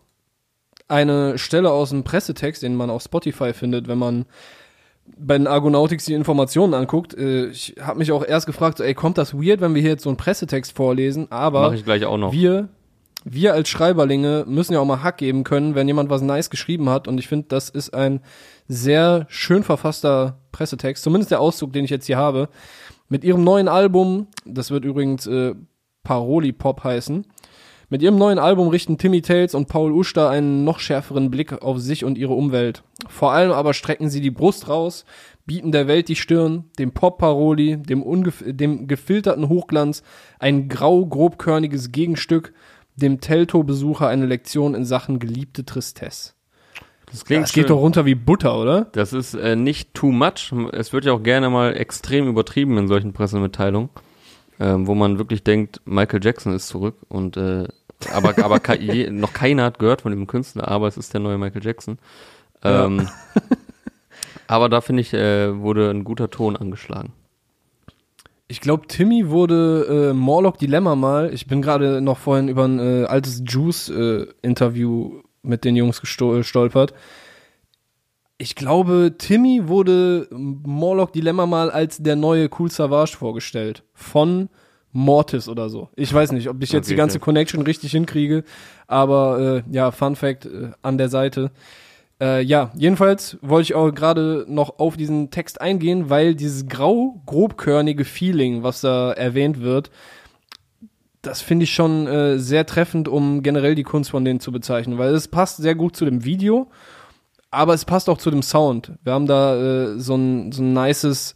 Speaker 2: eine Stelle aus dem Pressetext, den man auf Spotify findet, wenn man bei den Argonautics die Informationen anguckt. Äh, ich habe mich auch erst gefragt, so, ey, kommt das weird, wenn wir hier jetzt so einen Pressetext vorlesen? Aber
Speaker 1: Mach ich gleich auch noch.
Speaker 2: wir, wir als Schreiberlinge müssen ja auch mal Hack geben können, wenn jemand was nice geschrieben hat. Und ich finde, das ist ein sehr schön verfasster Pressetext, zumindest der Auszug, den ich jetzt hier habe. Mit ihrem neuen Album, das wird übrigens äh, Paroli Pop heißen, mit ihrem neuen Album richten Timmy Tales und Paul Ushta einen noch schärferen Blick auf sich und ihre Umwelt. Vor allem aber strecken sie die Brust raus, bieten der Welt die Stirn, dem Pop-Paroli, dem, ungef- dem gefilterten Hochglanz ein grau-grobkörniges Gegenstück, dem Teltow-Besucher eine Lektion in Sachen geliebte Tristesse.
Speaker 1: Das klingt
Speaker 2: Das geht
Speaker 1: schön.
Speaker 2: doch runter wie Butter, oder?
Speaker 1: Das ist äh, nicht too much. Es wird ja auch gerne mal extrem übertrieben in solchen Pressemitteilungen, ähm, wo man wirklich denkt, Michael Jackson ist zurück und äh, aber, aber ke- je, noch keiner hat gehört von dem Künstler, aber es ist der neue Michael Jackson. Ähm, ja. Aber da finde ich, äh, wurde ein guter Ton angeschlagen.
Speaker 2: Ich glaube, Timmy wurde äh, Morlock Dilemma mal. Ich bin gerade noch vorhin über ein äh, altes Juice-Interview äh, mit den Jungs gestolpert. Ich glaube, Timmy wurde Morlock Dilemma mal als der neue Kool Savas vorgestellt. Von Mortis oder so. Ich weiß nicht, ob ich jetzt okay, die ganze okay. Connection richtig hinkriege. Aber äh, ja, Fun Fact äh, an der Seite. Äh, ja, jedenfalls wollte ich auch gerade noch auf diesen Text eingehen, weil dieses grau, grobkörnige Feeling, was da erwähnt wird, das finde ich schon äh, sehr treffend, um generell die Kunst von denen zu bezeichnen, weil es passt sehr gut zu dem Video, aber es passt auch zu dem Sound. Wir haben da äh, so ein so ein nices,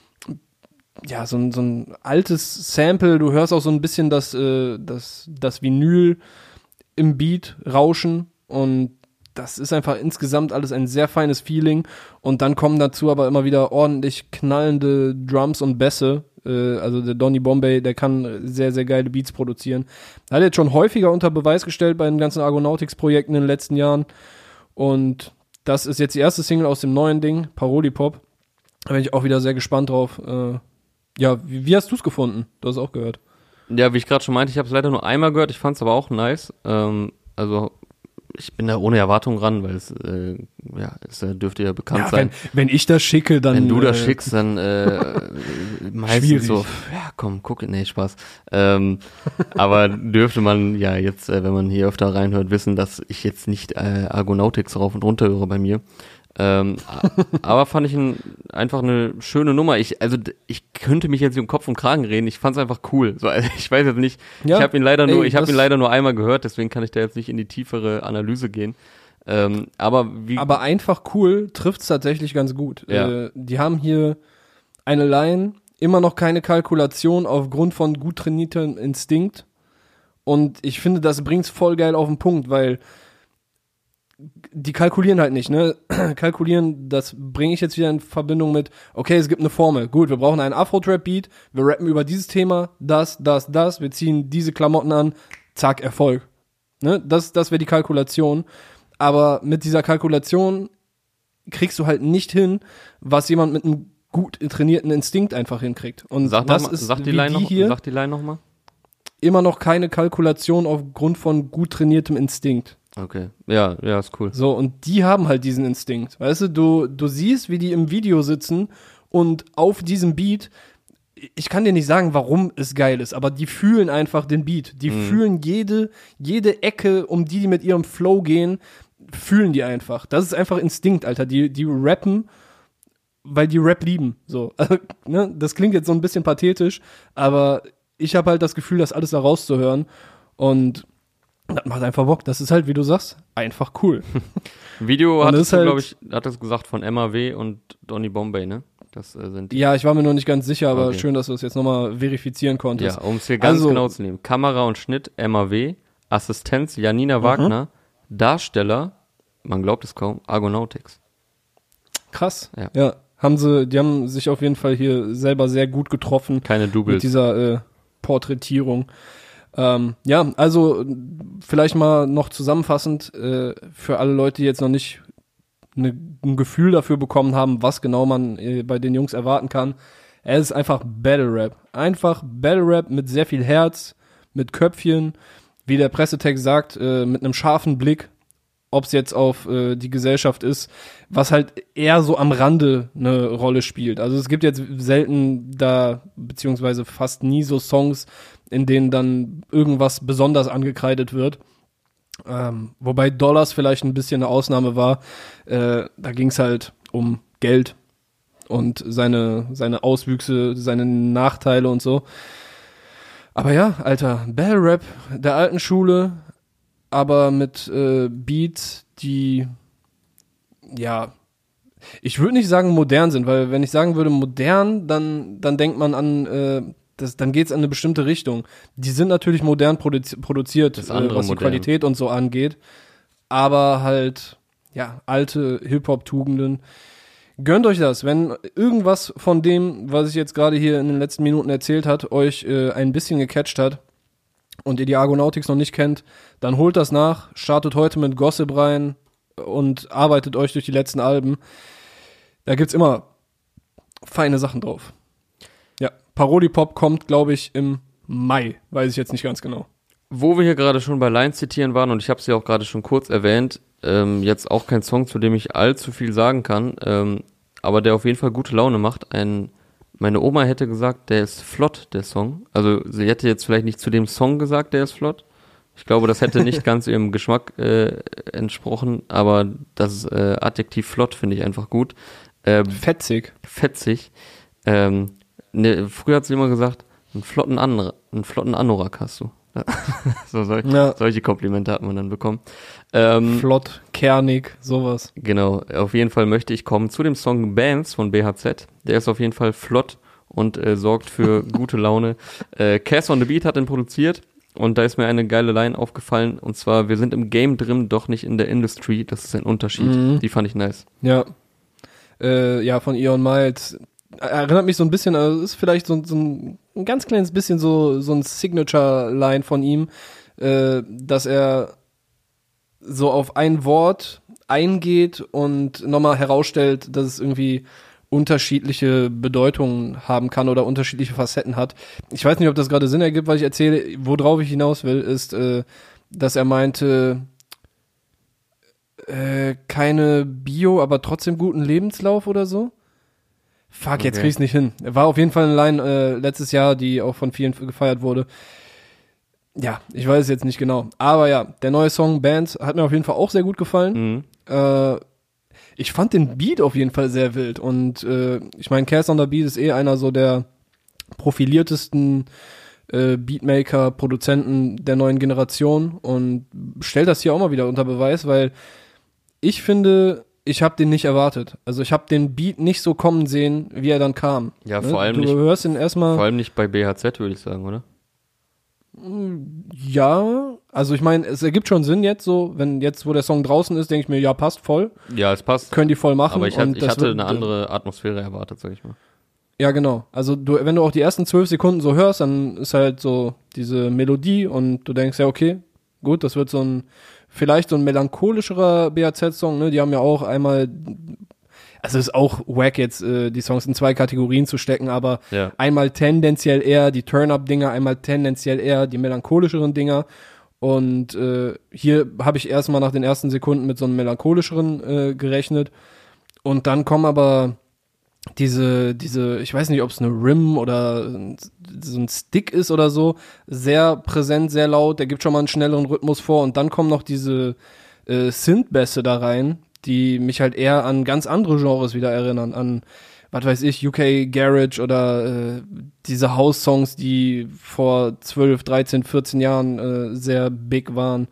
Speaker 2: ja, so ein, so ein altes Sample, du hörst auch so ein bisschen das, äh, das, das Vinyl im Beat rauschen und das ist einfach insgesamt alles ein sehr feines Feeling und dann kommen dazu aber immer wieder ordentlich knallende Drums und Bässe. Äh, also der Donny Bombay, der kann sehr, sehr geile Beats produzieren. Hat jetzt schon häufiger unter Beweis gestellt bei den ganzen Argonautics-Projekten in den letzten Jahren und das ist jetzt die erste Single aus dem neuen Ding, Paroli Pop. Da bin ich auch wieder sehr gespannt drauf. Äh, ja, wie, wie hast du es gefunden? Du hast es auch gehört.
Speaker 1: Ja, wie ich gerade schon meinte, ich habe es leider nur einmal gehört, ich fand es aber auch nice. Ähm, also ich bin da ohne Erwartung ran, weil es, äh, ja, es äh, dürfte ja bekannt
Speaker 2: ja,
Speaker 1: sein.
Speaker 2: Wenn, wenn ich das schicke, dann...
Speaker 1: Wenn du das
Speaker 2: äh,
Speaker 1: schickst, dann äh, meistens schwierig. So, ja komm, guck, nee, Spaß. Ähm, aber dürfte man ja jetzt, äh, wenn man hier öfter reinhört, wissen, dass ich jetzt nicht äh, Argonautics rauf und runter höre bei mir. Ähm, aber fand ich ein, einfach eine schöne Nummer. Ich, also ich könnte mich jetzt im Kopf und Kragen reden. Ich fand es einfach cool. So, also ich weiß jetzt nicht. Ja, ich habe ihn leider nur, ey, ich habe ihn leider nur einmal gehört. Deswegen kann ich da jetzt nicht in die tiefere Analyse gehen. Ähm, aber wie?
Speaker 2: Aber einfach cool trifft's tatsächlich ganz gut.
Speaker 1: Ja.
Speaker 2: Äh, die haben hier eine Line, immer noch keine Kalkulation aufgrund von gut trainiertem Instinkt. Und ich finde, das bringt's voll geil auf den Punkt, weil die kalkulieren halt nicht, ne? Kalkulieren, das bringe ich jetzt wieder in Verbindung mit, okay, es gibt eine Formel. Gut, wir brauchen einen Afro-Trap-Beat, wir rappen über dieses Thema, das, das, das, wir ziehen diese Klamotten an, zack, Erfolg. Ne? Das, das wäre die Kalkulation. Aber mit dieser Kalkulation kriegst du halt nicht hin, was jemand mit einem gut trainierten Instinkt einfach hinkriegt. Und
Speaker 1: sag
Speaker 2: das
Speaker 1: mal,
Speaker 2: ist
Speaker 1: sag die
Speaker 2: wie
Speaker 1: Line
Speaker 2: die
Speaker 1: noch,
Speaker 2: hier
Speaker 1: sag die Line noch mal.
Speaker 2: Immer noch keine Kalkulation aufgrund von gut trainiertem Instinkt.
Speaker 1: Okay, ja, ja, ist cool.
Speaker 2: So, und die haben halt diesen Instinkt. Weißt du, du, du siehst, wie die im Video sitzen und auf diesem Beat, ich kann dir nicht sagen, warum es geil ist, aber die fühlen einfach den Beat. Die mhm. fühlen jede, jede Ecke, um die die mit ihrem Flow gehen, fühlen die einfach. Das ist einfach Instinkt, Alter. Die, die rappen, weil die Rap lieben. So, also, ne? Das klingt jetzt so ein bisschen pathetisch, aber ich habe halt das Gefühl, das alles da rauszuhören und das macht einfach Bock. Das ist halt, wie du sagst, einfach cool.
Speaker 1: Video
Speaker 2: und
Speaker 1: hattest du,
Speaker 2: halt,
Speaker 1: glaube ich, hat das gesagt von M A W und Donny Bombay, ne? Das äh, sind die.
Speaker 2: Ja, ich war mir noch nicht ganz sicher, aber
Speaker 1: okay.
Speaker 2: Schön, dass du es jetzt nochmal verifizieren konntest.
Speaker 1: Ja, um es hier ganz
Speaker 2: also,
Speaker 1: genau zu nehmen. Kamera und Schnitt M A W, Assistenz Janina Wagner, mhm. Darsteller, man glaubt es kaum, Argonautics.
Speaker 2: Krass.
Speaker 1: Ja.
Speaker 2: ja. Haben sie, die haben sich auf jeden Fall hier selber sehr gut getroffen.
Speaker 1: Keine Doubles.
Speaker 2: Mit dieser äh, Porträtierung. Ähm, ja, also vielleicht mal noch zusammenfassend äh, für alle Leute, die jetzt noch nicht ne, ein Gefühl dafür bekommen haben, was genau man äh, bei den Jungs erwarten kann. Es ist einfach Battle Rap. Einfach Battle Rap mit sehr viel Herz, mit Köpfchen, wie der Pressetext sagt, äh, mit einem scharfen Blick, ob es jetzt auf äh, die Gesellschaft ist, was halt eher so am Rande eine Rolle spielt. Also es gibt jetzt selten da, beziehungsweise fast nie so Songs, in denen dann irgendwas besonders angekreidet wird. Ähm, wobei Dollars vielleicht ein bisschen eine Ausnahme war. Äh, da ging es halt um Geld und seine, seine Auswüchse, seine Nachteile und so. Aber ja, Alter, Battle Rap der alten Schule, aber mit äh, Beats, die, ja, ich würde nicht sagen modern sind, weil wenn ich sagen würde modern, dann, dann denkt man an, äh, das, dann geht's in eine bestimmte Richtung. Die sind natürlich modern produzi- produziert,
Speaker 1: das andere
Speaker 2: äh, was die
Speaker 1: modern.
Speaker 2: Qualität und so angeht, aber halt, ja, alte Hip-Hop-Tugenden. Gönnt euch das, wenn irgendwas von dem, was ich jetzt gerade hier in den letzten Minuten erzählt hat, euch äh, ein bisschen gecatcht hat, und ihr die Argonautics noch nicht kennt, dann holt das nach, startet heute mit Gossip rein und arbeitet euch durch die letzten Alben. Da gibt's immer feine Sachen drauf. Ja, Parodie-Pop kommt, glaube ich, im Mai, weiß ich jetzt nicht ganz genau.
Speaker 1: Wo wir hier gerade schon bei Lines zitieren waren, und ich habe es ja auch gerade schon kurz erwähnt, ähm, jetzt auch kein Song, zu dem ich allzu viel sagen kann, ähm, aber der auf jeden Fall gute Laune macht. Ein, meine Oma hätte gesagt, der ist flott, der Song. Also sie hätte jetzt vielleicht nicht zu dem Song gesagt, der ist flott. Ich glaube, das hätte nicht ganz ihrem Geschmack äh, entsprochen, aber das äh, Adjektiv flott finde ich einfach gut. Ähm,
Speaker 2: fetzig.
Speaker 1: Fetzig. Ähm, ne, früher hat sie immer gesagt, einen flotten, An- einen flotten Anorak hast du. so, sol-
Speaker 2: ja.
Speaker 1: Solche Komplimente hat man dann bekommen. Ähm,
Speaker 2: Flott, kernig, sowas.
Speaker 1: Genau, auf jeden Fall möchte ich kommen zu dem Song Bands von B H Z. Der ist auf jeden Fall flott und äh, sorgt für gute Laune. Äh, Cass on the Beat hat den produziert und da ist mir eine geile Line aufgefallen und zwar, wir sind im Game drin, doch nicht in der Industry. Das ist ein Unterschied. Mhm. Die fand ich nice.
Speaker 2: Ja, äh, ja, von Ion Miles. Erinnert mich so ein bisschen, also ist vielleicht so, so ein, ein ganz kleines bisschen so, so ein Signature-Line von ihm, äh, dass er so auf ein Wort eingeht und nochmal herausstellt, dass es irgendwie unterschiedliche Bedeutungen haben kann oder unterschiedliche Facetten hat. Ich weiß nicht, ob das gerade Sinn ergibt, was ich erzähle. Worauf ich hinaus will, ist, äh, dass er meinte, äh, keine Bio, aber trotzdem guten Lebenslauf oder so. Fuck, okay. Jetzt krieg ich's nicht hin. War auf jeden Fall eine Line äh, letztes Jahr, die auch von vielen gefeiert wurde. Ja, ich weiß es jetzt nicht genau. Aber ja, der neue Song Bands hat mir auf jeden Fall auch sehr gut gefallen. Mhm. Äh, ich fand den Beat auf jeden Fall sehr wild. Und äh, ich meine, Cass on the Beat ist eh einer so der profiliertesten äh, Beatmaker, Produzenten der neuen Generation und stellt das hier auch mal wieder unter Beweis, weil ich finde, ich habe den nicht erwartet. Also ich habe den Beat nicht so kommen sehen, wie er dann kam.
Speaker 1: Ja,
Speaker 2: ne?
Speaker 1: vor allem
Speaker 2: du
Speaker 1: nicht.
Speaker 2: Hörst ihn erstmal.
Speaker 1: Vor allem nicht bei B H Z, würde ich sagen, oder?
Speaker 2: Ja, also ich meine, es ergibt schon Sinn jetzt so, wenn jetzt, wo der Song draußen ist, denke ich mir, ja, passt voll.
Speaker 1: Ja, es passt.
Speaker 2: Können die voll machen.
Speaker 1: Aber ich, hat,
Speaker 2: und
Speaker 1: ich hatte
Speaker 2: wird,
Speaker 1: eine andere Atmosphäre erwartet, sag ich mal.
Speaker 2: Ja, genau. Also du, wenn du auch die ersten zwölf Sekunden so hörst, dann ist halt so diese Melodie und du denkst, ja, okay, gut, das wird so ein, vielleicht so ein melancholischerer B H Z-Song, ne? Die haben ja auch einmal, also ist auch wack jetzt, äh, die Songs in zwei Kategorien zu stecken, aber ja. Einmal tendenziell eher die Turn-Up-Dinger, einmal tendenziell eher die melancholischeren Dinger. Und äh, hier habe ich erstmal nach den ersten Sekunden mit so einem melancholischeren äh, gerechnet. Und dann kommen aber diese, diese, ich weiß nicht, ob es eine Rim oder so ein Stick ist oder so, sehr präsent, sehr laut, der gibt schon mal einen schnelleren Rhythmus vor und dann kommen noch diese äh, Synth-Bässe da rein, die mich halt eher an ganz andere Genres wieder erinnern, an, was weiß ich, U K Garage oder äh, diese House-Songs, die vor zwölf, dreizehn, vierzehn Jahren äh, sehr big waren.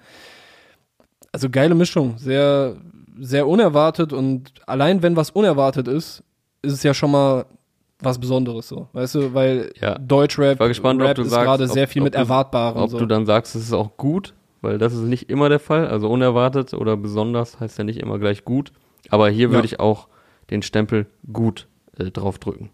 Speaker 2: Also geile Mischung, sehr, sehr unerwartet und allein wenn was unerwartet ist, ist es ja schon mal was Besonderes so, weißt du, weil
Speaker 1: ja.
Speaker 2: Deutschrap,
Speaker 1: gespannt,
Speaker 2: Rap ist gerade sehr viel
Speaker 1: ob
Speaker 2: mit
Speaker 1: du,
Speaker 2: Erwartbarem.
Speaker 1: Ob
Speaker 2: so.
Speaker 1: du dann sagst, es ist auch gut, weil das ist nicht immer der Fall, also unerwartet oder besonders heißt ja nicht immer gleich gut, aber hier ja. würde ich auch den Stempel gut äh, draufdrücken.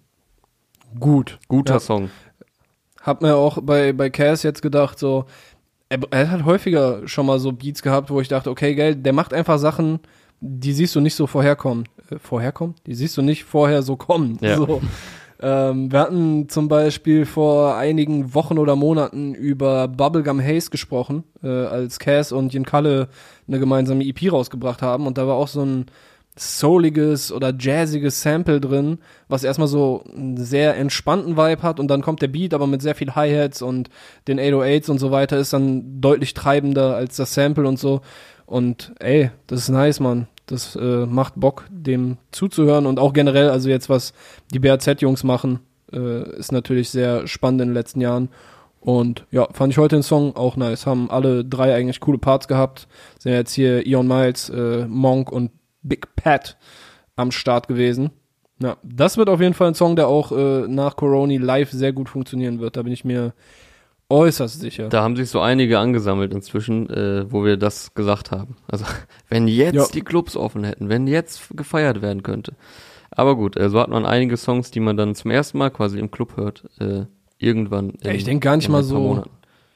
Speaker 2: Gut.
Speaker 1: Guter
Speaker 2: ja.
Speaker 1: Song.
Speaker 2: Hab mir auch bei, bei Cass jetzt gedacht, so, er, er hat häufiger schon mal so Beats gehabt, wo ich dachte, okay, geil, der macht einfach Sachen, die siehst du nicht so vorherkommen. Äh, vorherkommen? Die siehst du nicht vorher so kommen.
Speaker 1: Ja.
Speaker 2: So. Ähm, wir hatten zum Beispiel vor einigen Wochen oder Monaten über Bubblegum Haze gesprochen, äh, als Cass und Jen Kalle eine gemeinsame E P rausgebracht haben und da war auch so ein souliges oder jazziges Sample drin, was erstmal so einen sehr entspannten Vibe hat und dann kommt der Beat, aber mit sehr viel Hi-Hats und den acht null achts und so weiter ist dann deutlich treibender als das Sample und so. Und ey, das ist nice, Mann. Das äh, macht Bock, dem zuzuhören und auch generell, also jetzt, was die B H Z-Jungs machen, äh, ist natürlich sehr spannend in den letzten Jahren. Und ja, fand ich heute den Song auch nice. Haben alle drei eigentlich coole Parts gehabt. Sind jetzt hier Ion Miles, äh, Monk und Big Pat am Start gewesen. Ja, das wird auf jeden Fall ein Song, der auch äh, nach Corona live sehr gut funktionieren wird. Da bin ich mir äußerst sicher.
Speaker 1: Da haben sich so einige angesammelt inzwischen, äh, wo wir das gesagt haben. Also wenn jetzt ja. die Clubs offen hätten, wenn jetzt gefeiert werden könnte. Aber gut, äh, so hat man einige Songs, die man dann zum ersten Mal quasi im Club hört, äh, irgendwann in,
Speaker 2: ja, ich denke gar nicht mal so. Monaten.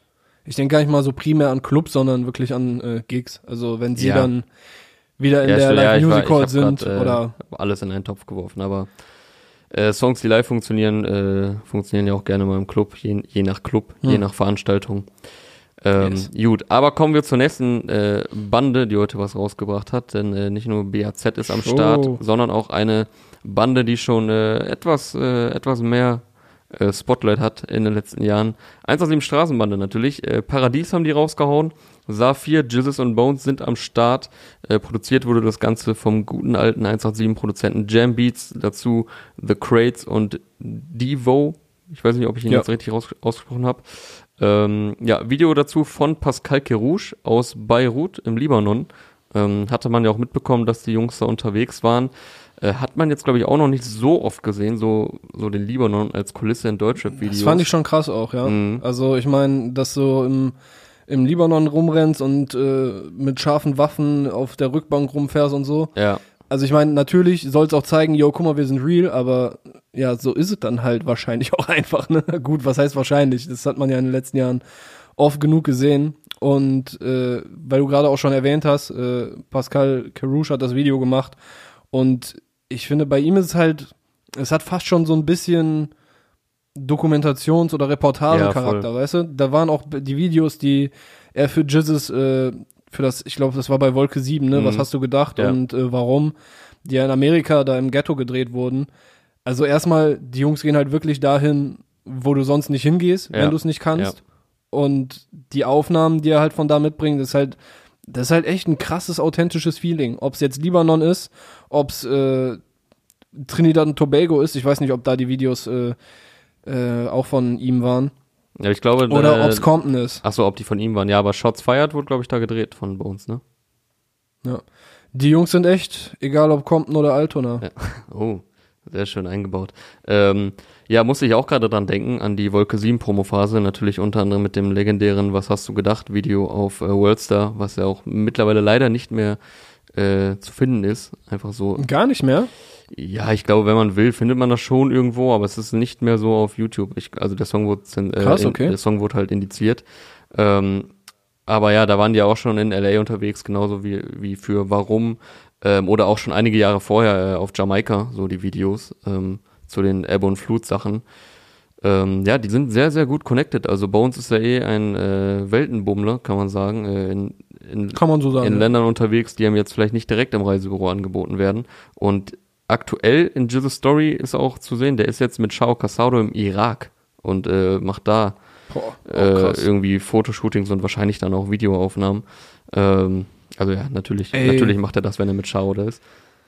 Speaker 2: ich denke gar nicht mal so primär an Clubs, sondern wirklich an äh, Gigs. Also wenn sie
Speaker 1: Ja.
Speaker 2: dann wieder in
Speaker 1: Ja,
Speaker 2: der
Speaker 1: stimmt, ja,
Speaker 2: Live
Speaker 1: ich war-
Speaker 2: Music
Speaker 1: ich
Speaker 2: Hall
Speaker 1: hab
Speaker 2: sind
Speaker 1: grad, äh,
Speaker 2: oder
Speaker 1: alles in einen Topf geworfen, aber äh, Songs, die live funktionieren, äh, funktionieren ja auch gerne mal im Club, je, je nach Club,
Speaker 2: Hm.
Speaker 1: je nach Veranstaltung. Ähm,
Speaker 2: Yes.
Speaker 1: Gut, aber kommen wir zur nächsten äh, Bande, die heute was rausgebracht hat, denn äh, nicht nur B A Z ist am
Speaker 2: Show.
Speaker 1: Start, sondern auch eine Bande, die schon äh, etwas, äh, etwas mehr äh, Spotlight hat in den letzten Jahren. eins aus sieben Straßenbande natürlich, äh, Paradies haben die rausgehauen, Saphir, Jizzes und Bones sind am Start. Äh, produziert wurde das Ganze vom guten alten eins acht sieben Produzenten Jam Beats, dazu The Crates und Devo. Ich weiß nicht, ob ich ihn
Speaker 2: Ja.
Speaker 1: jetzt richtig aus ausgesprochen habe. Ähm, ja, Video dazu von Pascal Kerouche aus Beirut im Libanon. Ähm, hatte man ja auch mitbekommen, dass die Jungs da unterwegs waren. Äh, hat man jetzt, glaube ich, auch noch nicht so oft gesehen, so, so den Libanon als Kulisse in Deutschrap-Videos.
Speaker 2: das fand ich schon krass auch, ja.
Speaker 1: Mhm.
Speaker 2: Also ich meine, dass du im, im Libanon rumrennst und äh, mit scharfen Waffen auf der Rückbank rumfährst und so.
Speaker 1: Ja,
Speaker 2: Also ich meine, natürlich soll es auch zeigen, yo, guck mal, wir sind real, aber ja, so ist es dann halt wahrscheinlich auch einfach, ne? Gut, was heißt wahrscheinlich? Das hat man ja in den letzten Jahren oft genug gesehen. Und äh, weil du gerade auch schon erwähnt hast, äh, Pascal Kerouche hat das Video gemacht und ich finde, bei ihm ist es halt, es hat fast schon so ein bisschen Dokumentations- oder Reportagecharakter,
Speaker 1: Ja,
Speaker 2: weißt du? Da waren auch die Videos, die er für Jizzes, äh, für das, ich glaube, das war bei Wolke sieben, ne?
Speaker 1: Mhm.
Speaker 2: Was hast du gedacht
Speaker 1: Ja.
Speaker 2: und äh, warum? Die ja in Amerika da im Ghetto gedreht wurden. Also erstmal, die Jungs gehen halt wirklich dahin, wo du sonst nicht hingehst,
Speaker 1: Ja.
Speaker 2: wenn du es nicht kannst. Und die Aufnahmen, die er halt von da mitbringt, das ist halt, das ist halt echt ein krasses, authentisches Feeling. Ob es jetzt Libanon ist, ob es äh, Trinidad und Tobago ist, ich weiß nicht, ob da die Videos äh, äh, auch von ihm waren.
Speaker 1: ja, ich glaube,
Speaker 2: Oder
Speaker 1: äh,
Speaker 2: ob es Compton ist.
Speaker 1: ach so, ob die von ihm waren. Ja, aber Shots Fired wurde, glaube ich, da gedreht von Bones, ne?
Speaker 2: Ja. Die Jungs sind echt, egal ob Compton oder Altona.
Speaker 1: Ja. Oh, sehr schön eingebaut. Ähm, ja, musste ich auch gerade dran denken, an die Wolke sieben Promophase, natürlich unter anderem mit dem legendären Was hast du gedacht Video auf äh, Worldstar, was ja auch mittlerweile leider nicht mehr äh, zu finden ist. Einfach so.
Speaker 2: Gar nicht mehr?
Speaker 1: Ja, ich glaube, wenn man will, findet man das schon irgendwo, aber es ist nicht mehr so auf YouTube. Ich, also der Song wurde äh,
Speaker 2: Krass, okay.
Speaker 1: in, der Song wurde halt indiziert. Ähm, aber ja, da waren die auch schon in L A unterwegs, genauso wie wie für Warum ähm, oder auch schon einige Jahre vorher äh, auf Jamaika, so die Videos ähm, zu den Ebbe und Flut Sachen. Ähm, ja, die sind sehr sehr gut connected. Also Bones ist ja eh ein äh, Weltenbummler, kann man sagen, äh, in, in
Speaker 2: Kann man so sagen.
Speaker 1: in
Speaker 2: ja.
Speaker 1: Ländern unterwegs, die einem jetzt vielleicht nicht direkt im Reisebüro angeboten werden. Und aktuell in Jizz's Story ist auch zu sehen, der ist jetzt mit Shao Casado im Irak und äh, macht da
Speaker 2: Boah, auch
Speaker 1: äh,
Speaker 2: krass.
Speaker 1: irgendwie Fotoshootings und wahrscheinlich dann auch Videoaufnahmen. Ähm, also ja, natürlich,
Speaker 2: Ey.
Speaker 1: natürlich macht er das, wenn er mit Shao da ist.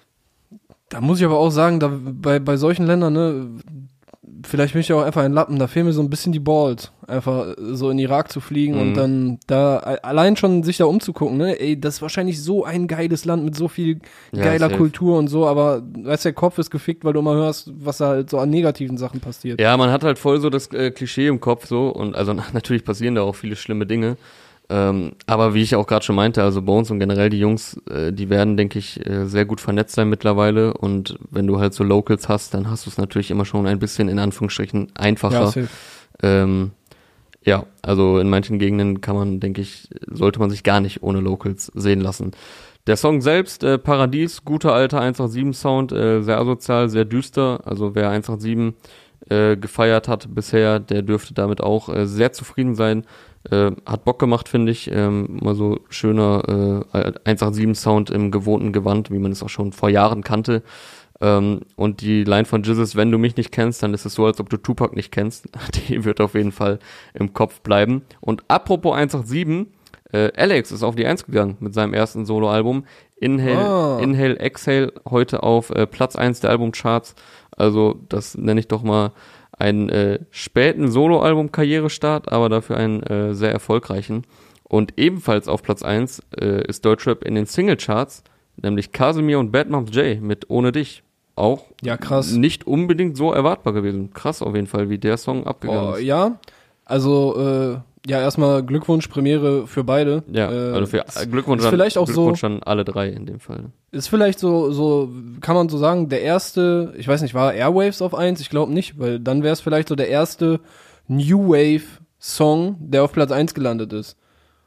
Speaker 2: Da muss ich aber auch sagen, da, bei, bei solchen Ländern, ne, vielleicht bin ich ja auch einfach ein Lappen, da fehlen mir so ein bisschen die Balls, einfach so in den Irak zu fliegen
Speaker 1: Mhm.
Speaker 2: und dann da a- allein schon sich da umzugucken, ne, ey, das ist wahrscheinlich so ein geiles Land mit so viel
Speaker 1: Ja,
Speaker 2: geiler
Speaker 1: safe.
Speaker 2: Kultur und so, aber weißt du, der Kopf ist gefickt, weil du immer hörst, was da halt so an negativen Sachen passiert.
Speaker 1: Ja, man hat halt voll so das äh, Klischee im Kopf so und also na, natürlich passieren da auch viele schlimme Dinge. Ähm, aber wie ich auch gerade schon meinte, also Bones und generell die Jungs, äh, die werden, denke ich, äh, sehr gut vernetzt sein mittlerweile und wenn du halt so Locals hast, dann hast du es natürlich immer schon ein bisschen in Anführungsstrichen einfacher.
Speaker 2: Ja, safe.
Speaker 1: Ähm, ja, also in manchen Gegenden kann man, denke ich, sollte man sich gar nicht ohne Locals sehen lassen. Der Song selbst, äh, Paradies, guter alter eins acht sieben Sound, äh, sehr asozial, sehr düster. Also wer eins acht sieben äh, gefeiert hat bisher, der dürfte damit auch äh, sehr zufrieden sein. Äh, hat Bock gemacht, finde ich. Ähm, mal so schöner äh, eins acht sieben Sound im gewohnten Gewand, wie man es auch schon vor Jahren kannte. Ähm, und die Line von Jizzes, wenn du mich nicht kennst, dann ist es so, als ob du Tupac nicht kennst. Die wird auf jeden Fall im Kopf bleiben. Und apropos eins acht sieben, äh, Alex ist auf die eins gegangen mit seinem ersten Soloalbum. Inhale,
Speaker 2: Ah.
Speaker 1: Inhale, Exhale, heute auf äh, Platz eins der Albumcharts. Also das nenne ich doch mal einen äh, späten Soloalbum-Karrierestart, aber dafür einen äh, sehr erfolgreichen. Und ebenfalls auf Platz eins äh, ist Deutschrap in den Singlecharts, nämlich Casimir und Bad Moms J mit Ohne dich. Auch
Speaker 2: Ja, krass.
Speaker 1: nicht unbedingt so erwartbar gewesen. Krass auf jeden Fall, wie der Song abgegangen
Speaker 2: Oh,
Speaker 1: ist.
Speaker 2: ja, also äh, ja, erstmal Glückwunsch, Premiere für beide.
Speaker 1: Ja,
Speaker 2: äh,
Speaker 1: also für
Speaker 2: ist-
Speaker 1: Glückwunsch,
Speaker 2: ist
Speaker 1: an,
Speaker 2: vielleicht auch
Speaker 1: Glückwunsch
Speaker 2: so,
Speaker 1: an alle drei in dem Fall.
Speaker 2: ist vielleicht so, so, kann man so sagen, der erste, ich weiß nicht, war Airwaves auf eins? Ich glaube nicht, weil dann wäre es vielleicht so der erste New Wave Song, der auf Platz eins gelandet ist.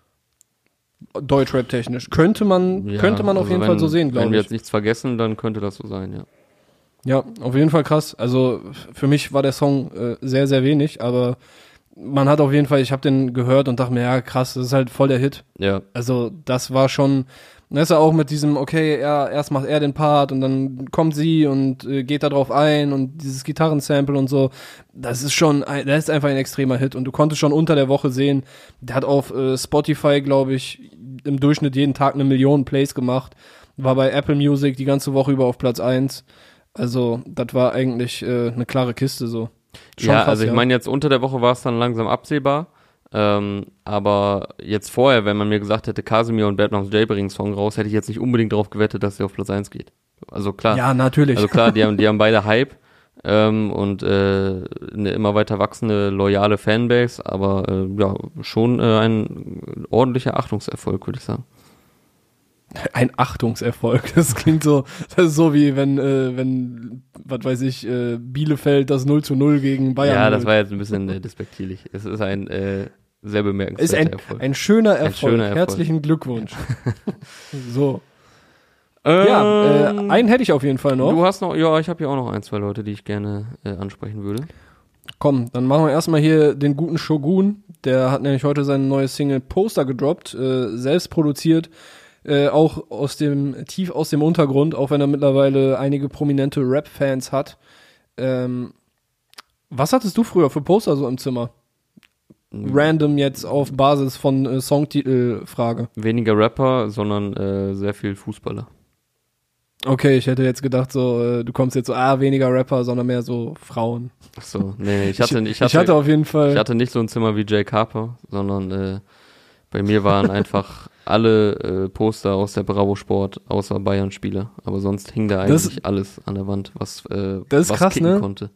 Speaker 2: Deutschrap-technisch. Könnte man,
Speaker 1: Ja,
Speaker 2: könnte man auf
Speaker 1: also
Speaker 2: jeden
Speaker 1: wenn,
Speaker 2: Fall so sehen, glaube ich.
Speaker 1: Wenn wir jetzt nichts vergessen, dann könnte das so sein, ja.
Speaker 2: Ja, auf jeden Fall krass. Also für mich war der Song äh, sehr, sehr wenig, aber man hat auf jeden Fall, ich habe den gehört und dachte mir, ja krass, das ist halt voll der Hit.
Speaker 1: Ja.
Speaker 2: Also das war schon, das ist ja auch mit diesem, okay, er, erst macht er den Part und dann kommt sie und äh, geht da drauf ein und dieses Gitarrensample und so, das ist schon, ein, das ist einfach ein extremer Hit und du konntest schon unter der Woche sehen, der hat auf äh, Spotify, glaube ich, im Durchschnitt jeden Tag eine Million Plays gemacht, war bei Apple Music die ganze Woche über auf Platz eins. Also, das war eigentlich äh, eine klare Kiste so. Schon
Speaker 1: ja,
Speaker 2: krass,
Speaker 1: also ich
Speaker 2: ja.
Speaker 1: meine, jetzt unter der Woche war es dann langsam absehbar. Ähm, aber jetzt vorher, wenn man mir gesagt hätte, Casimir und Bad Moms J bringen einen Song raus, hätte ich jetzt nicht unbedingt darauf gewettet, dass er auf Platz eins geht. Also klar.
Speaker 2: Ja, natürlich.
Speaker 1: Also klar, die haben, die haben beide Hype ähm, und äh, eine immer weiter wachsende, loyale Fanbase, aber äh, ja, schon äh, ein ordentlicher Achtungserfolg, würde ich sagen.
Speaker 2: Ein Achtungserfolg. Das klingt so, das ist so wie wenn, äh, wenn, was weiß ich, äh, Bielefeld das null zu null gegen Bayern
Speaker 1: Ja, das
Speaker 2: holt.
Speaker 1: war jetzt ein bisschen äh, despektierlich. Es ist ein äh, sehr bemerkenswerter
Speaker 2: Ist ein,
Speaker 1: Erfolg.
Speaker 2: ein schöner Erfolg.
Speaker 1: schöner Erfolg.
Speaker 2: Herzlichen Glückwunsch. So.
Speaker 1: Ähm,
Speaker 2: Ja, äh, einen hätte ich auf jeden Fall noch.
Speaker 1: Du hast noch, ja, ich habe hier auch noch ein, zwei Leute, die ich gerne äh, ansprechen würde.
Speaker 2: Komm, dann machen wir erstmal hier den guten Shogun. Der hat nämlich heute seine neue Single Poster gedroppt, äh, selbst produziert. Äh, auch aus dem, tief aus dem Untergrund, auch wenn er mittlerweile einige prominente Rap-Fans hat. Ähm, was hattest du früher für Poster so im Zimmer? Random jetzt auf Basis von äh, Songtitelfrage.
Speaker 1: Weniger Rapper, sondern äh, sehr viel Fußballer.
Speaker 2: Okay, ich hätte jetzt gedacht, so, äh, du kommst jetzt so, ah, weniger Rapper, sondern mehr so Frauen.
Speaker 1: Ach so, nee, ich hatte, ich, hatte,
Speaker 2: ich hatte auf jeden Fall.
Speaker 1: Ich hatte nicht so ein Zimmer wie Jake Harper, sondern äh, bei mir waren einfach alle äh, Poster aus der Bravo Sport, außer Bayern-Spieler. Aber sonst hing da eigentlich
Speaker 2: Das-
Speaker 1: alles an der Wand, was, äh,
Speaker 2: Das ist
Speaker 1: was
Speaker 2: krass,
Speaker 1: kicken
Speaker 2: ne?
Speaker 1: konnte.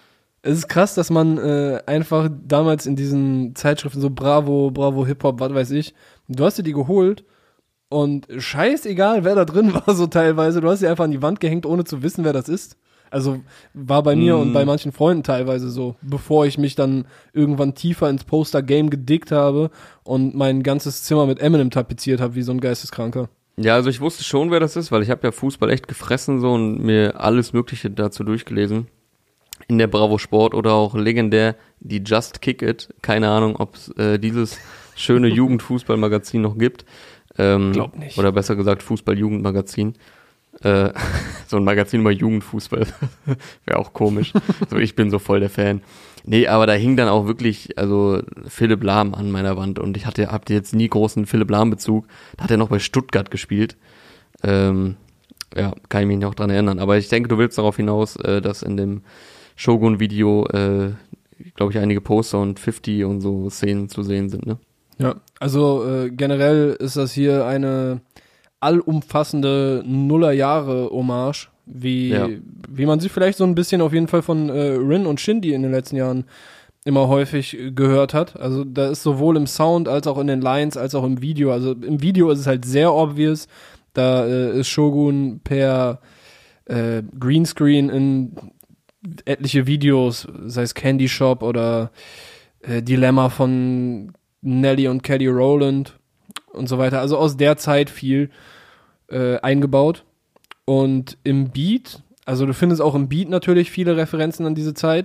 Speaker 2: Es ist krass, dass man äh, einfach damals in diesen Zeitschriften so Bravo, Bravo Hip-Hop, was weiß ich, du hast dir die geholt und scheißegal, wer da drin war so teilweise, du hast sie einfach an die Wand gehängt, ohne zu wissen, wer das ist. Also war bei mir
Speaker 1: Mm.
Speaker 2: und bei manchen Freunden teilweise so, bevor ich mich dann irgendwann tiefer ins Poster-Game gedickt habe und mein ganzes Zimmer mit Eminem tapeziert habe, wie so ein Geisteskranker.
Speaker 1: Ja, also ich wusste schon, wer das ist, weil ich habe ja Fußball echt gefressen so und mir alles Mögliche dazu durchgelesen. In der Bravo Sport oder auch legendär die Just Kick It. Keine Ahnung, ob es äh, dieses schöne Jugendfußballmagazin noch gibt. Ähm,
Speaker 2: Glaub nicht.
Speaker 1: Oder besser gesagt Fußball-Jugendmagazin. Äh, so ein Magazin über Jugendfußball. Wäre auch komisch. So, ich bin so voll der Fan. Nee, aber da hing dann auch wirklich, also Philipp Lahm an meiner Wand und ich hatte, hatte jetzt nie großen Philipp Lahm-Bezug. Da hat er noch bei Stuttgart gespielt. Ähm, ja, kann ich mich noch dran erinnern. Aber ich denke, du willst darauf hinaus, äh, dass in dem Shogun-Video, äh, glaube ich, einige Poster und fünfzig und so Szenen zu sehen sind, ne?
Speaker 2: Ja, also äh, generell ist das hier eine allumfassende Nullerjahre-Hommage, wie,
Speaker 1: Ja.
Speaker 2: wie man sie vielleicht so ein bisschen auf jeden Fall von äh, Rin und Shindy in den letzten Jahren immer häufig äh, gehört hat. Also da ist sowohl im Sound als auch in den Lines als auch im Video. Also im Video ist es halt sehr obvious. Da äh, ist Shogun per äh, Greenscreen in etliche Videos, sei es Candy Shop oder äh, Dilemma von Nelly und Kelly Rowland und so weiter. Also aus der Zeit viel äh, eingebaut. Und im Beat, also du findest auch im Beat natürlich viele Referenzen an diese Zeit,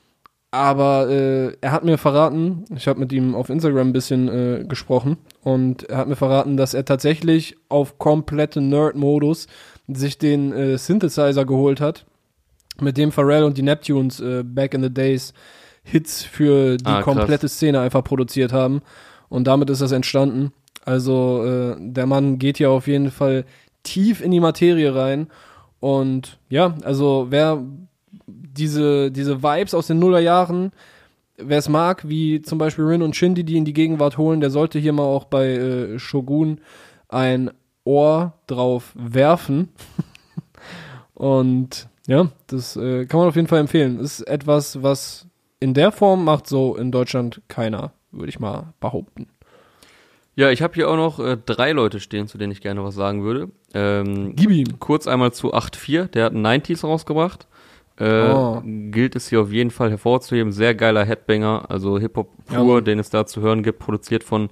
Speaker 2: aber äh, er hat mir verraten, ich habe mit ihm auf Instagram ein bisschen äh, gesprochen und er hat mir verraten, dass er tatsächlich auf komplette Nerd-Modus sich den äh, Synthesizer geholt hat, mit dem Pharrell und die Neptunes äh, back in the days Hits für die
Speaker 1: Ah, krass.
Speaker 2: komplette Szene einfach produziert haben und damit ist das entstanden. Also äh, der Mann geht hier auf jeden Fall tief in die Materie rein und ja, also wer diese, diese Vibes aus den Nullerjahren, wer es mag, wie zum Beispiel Rin und Shindy, die in die Gegenwart holen, der sollte hier mal auch bei äh, Shogun ein Ohr drauf werfen. Und ja, das äh, kann man auf jeden Fall empfehlen. Ist etwas, was in der Form macht so in Deutschland keiner, würde ich mal behaupten.
Speaker 1: Ja, ich habe hier auch noch äh, drei Leute stehen, zu denen ich gerne was sagen würde. Ähm,
Speaker 2: Gib ihm.
Speaker 1: Kurz einmal zu acht vier, der hat neunziger rausgebracht. äh,
Speaker 2: Oh.
Speaker 1: gilt es hier auf jeden Fall hervorzuheben. Sehr geiler Headbanger, also Hip-Hop
Speaker 2: Ja,
Speaker 1: pur,
Speaker 2: Mann.
Speaker 1: den es da zu hören gibt, produziert von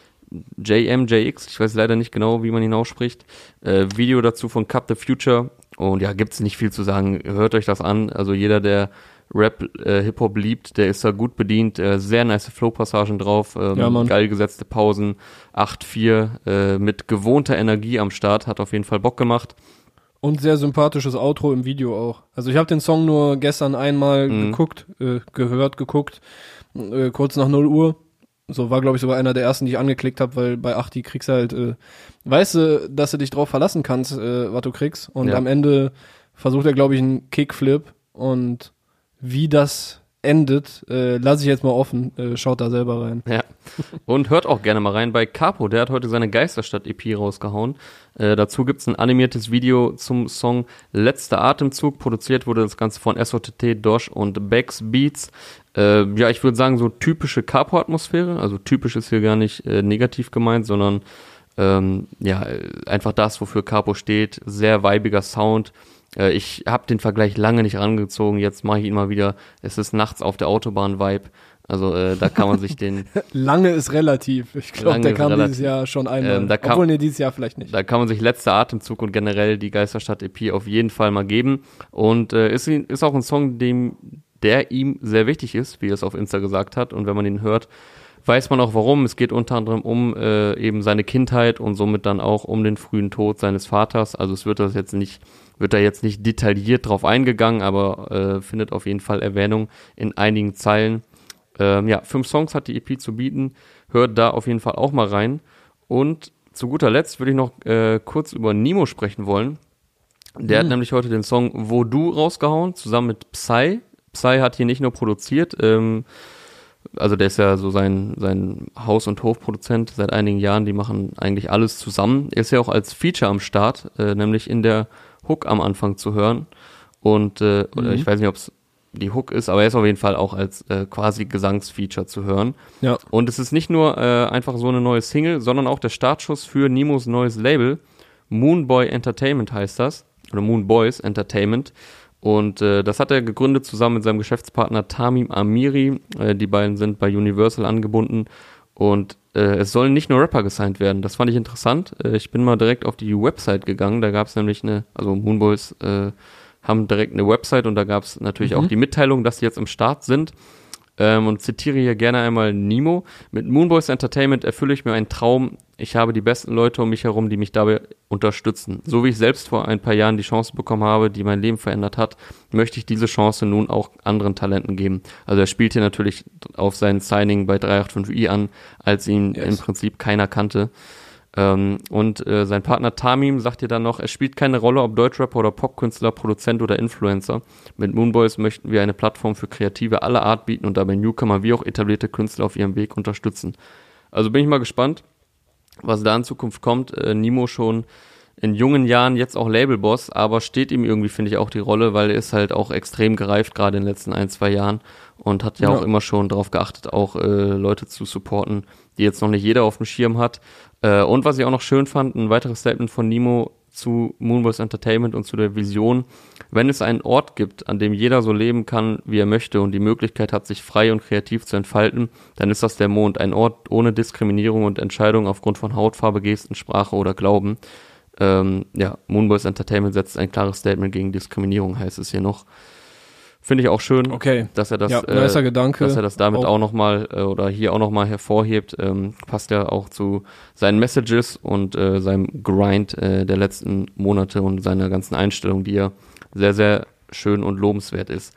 Speaker 1: J M J X, ich weiß leider nicht genau, wie man ihn ausspricht. Äh, Video dazu von Cut the Future. Und ja, gibt's nicht viel zu sagen. Hört euch das an. Also jeder, der Rap, äh, Hip-Hop liebt, der ist da gut bedient. Äh, sehr nice Flow-Passagen drauf. Ähm,
Speaker 2: Ja, Mann.
Speaker 1: geil gesetzte Pausen. acht vier äh, mit gewohnter Energie am Start. Hat auf jeden Fall Bock gemacht.
Speaker 2: Und sehr sympathisches Outro im Video auch. Also ich habe den Song nur gestern einmal
Speaker 1: Mhm.
Speaker 2: geguckt, äh, gehört, geguckt, äh, kurz nach null Uhr. So war, glaube ich, sogar einer der ersten, die ich angeklickt habe, weil bei Achti kriegst du halt, äh, weißt du, dass du dich drauf verlassen kannst, äh, was du kriegst. Und
Speaker 1: Ja.
Speaker 2: am Ende versucht er, glaube ich, einen Kickflip. Und wie das endet, äh, lasse ich jetzt mal offen. Äh, schaut da selber rein.
Speaker 1: Ja. Und hört auch gerne mal rein bei Capo, der hat heute seine Geisterstadt-E P rausgehauen. Äh, dazu gibt's ein animiertes Video zum Song Letzter Atemzug. Produziert wurde das Ganze von S O T T, Dosh und Bex Beats. Äh, ja, ich würde sagen, so typische Capo-Atmosphäre. Also typisch ist hier gar nicht äh, negativ gemeint, sondern ähm, ja, einfach das, wofür Capo steht. Sehr weibiger Sound. Äh, ich habe den Vergleich lange nicht rangezogen, jetzt mache ich ihn mal wieder. Es ist nachts auf der Autobahn-Vibe. Also äh, da kann man sich den,
Speaker 2: Lange ist relativ. Ich glaube,
Speaker 1: Lange
Speaker 2: der
Speaker 1: ist
Speaker 2: kam
Speaker 1: relativ.
Speaker 2: dieses Jahr schon einmal.
Speaker 1: Ähm, da kam-
Speaker 2: Obwohl, nee, dieses Jahr vielleicht nicht.
Speaker 1: da kann man sich Letzter Atemzug und generell die Geisterstadt-E P auf jeden Fall mal geben. Und äh, ist, ihn- ist auch ein Song, dem, der ihm sehr wichtig ist, wie er es auf Insta gesagt hat. Und wenn man ihn hört, weiß man auch warum. Es geht unter anderem um äh, eben seine Kindheit und somit dann auch um den frühen Tod seines Vaters. Also es wird das jetzt nicht, wird da jetzt nicht detailliert drauf eingegangen, aber äh, findet auf jeden Fall Erwähnung in einigen Zeilen. Ähm, ja, fünf Songs hat die E P zu bieten. Hört da auf jeden Fall auch mal rein. Und zu guter Letzt würde ich noch äh, kurz über Nimo sprechen wollen. Der hat nämlich heute den Song Wo Du rausgehauen, zusammen mit Psy. Psy hat hier nicht nur produziert, ähm, also der ist ja so sein, sein Haus- und Hofproduzent seit einigen Jahren, die machen eigentlich alles zusammen. Er ist ja auch als Feature am Start, äh, nämlich in der Hook am Anfang zu hören. Und äh, oder
Speaker 2: Mhm.
Speaker 1: ich weiß nicht, ob es die Hook ist, aber er ist auf jeden Fall auch als äh, quasi Gesangsfeature zu hören.
Speaker 2: Ja.
Speaker 1: Und es ist nicht nur äh, einfach so eine neue Single, sondern auch der Startschuss für Nimos neues Label. Moonboy Entertainment heißt das. Oder Moonboys Entertainment. Und äh, das hat er gegründet zusammen mit seinem Geschäftspartner Tamim Amiri. Äh, die beiden sind bei Universal angebunden. Und äh, es sollen nicht nur Rapper gesigned werden. Das fand ich interessant. Äh, ich bin mal direkt auf die Website gegangen. Da gab es nämlich eine, also Moonboys äh, haben direkt eine Website und da gab es natürlich
Speaker 2: Mhm.
Speaker 1: auch die Mitteilung, dass sie jetzt im Start sind. Ähm, und zitiere hier gerne einmal Nimo. Mit Moonboys Entertainment erfülle ich mir einen Traum. Ich habe die besten Leute um mich herum, die mich dabei unterstützen. So wie ich selbst vor ein paar Jahren die Chance bekommen habe, die mein Leben verändert hat, möchte ich diese Chance nun auch anderen Talenten geben. Also er spielt hier natürlich auf sein Signing bei drei acht fünf i an, als ihn
Speaker 2: Yes.
Speaker 1: im Prinzip keiner kannte. Ähm, und äh, sein Partner Tamim sagt hier dann noch, es spielt keine Rolle, ob Deutschrapper oder Popkünstler, Produzent oder Influencer. Mit Moonboys möchten wir eine Plattform für Kreative aller Art bieten und dabei Newcomer wie auch etablierte Künstler auf ihrem Weg unterstützen. Also bin ich mal gespannt, was da in Zukunft kommt. Äh, Nimo schon in jungen Jahren jetzt auch Labelboss, aber steht ihm irgendwie, finde ich, auch die Rolle, weil er ist halt auch extrem gereift, gerade in den letzten ein, zwei Jahren und hat ja,
Speaker 2: Ja.
Speaker 1: auch immer schon darauf geachtet, auch äh, Leute zu supporten, die jetzt noch nicht jeder auf dem Schirm hat. Äh, und was ich auch noch schön fand, ein weiteres Statement von Nimo zu Moonboys Entertainment und zu der Vision: Wenn es einen Ort gibt, an dem jeder so leben kann, wie er möchte und die Möglichkeit hat, sich frei und kreativ zu entfalten, dann ist das der Mond, ein Ort ohne Diskriminierung und Entscheidung aufgrund von Hautfarbe, Gesten, Sprache oder Glauben. Ähm, ja, Moonboys Entertainment setzt ein klares Statement gegen Diskriminierung, heißt es hier noch. Finde ich auch schön,
Speaker 2: Okay.
Speaker 1: dass er das,
Speaker 2: Ja,
Speaker 1: äh,
Speaker 2: nicer Gedanke.
Speaker 1: dass er das damit
Speaker 2: Auch-
Speaker 1: auch nochmal äh, oder hier auch nochmal hervorhebt. Ähm, passt ja auch zu seinen Messages und äh, seinem Grind äh, der letzten Monate und seiner ganzen Einstellung, die ja sehr, sehr schön und lobenswert ist.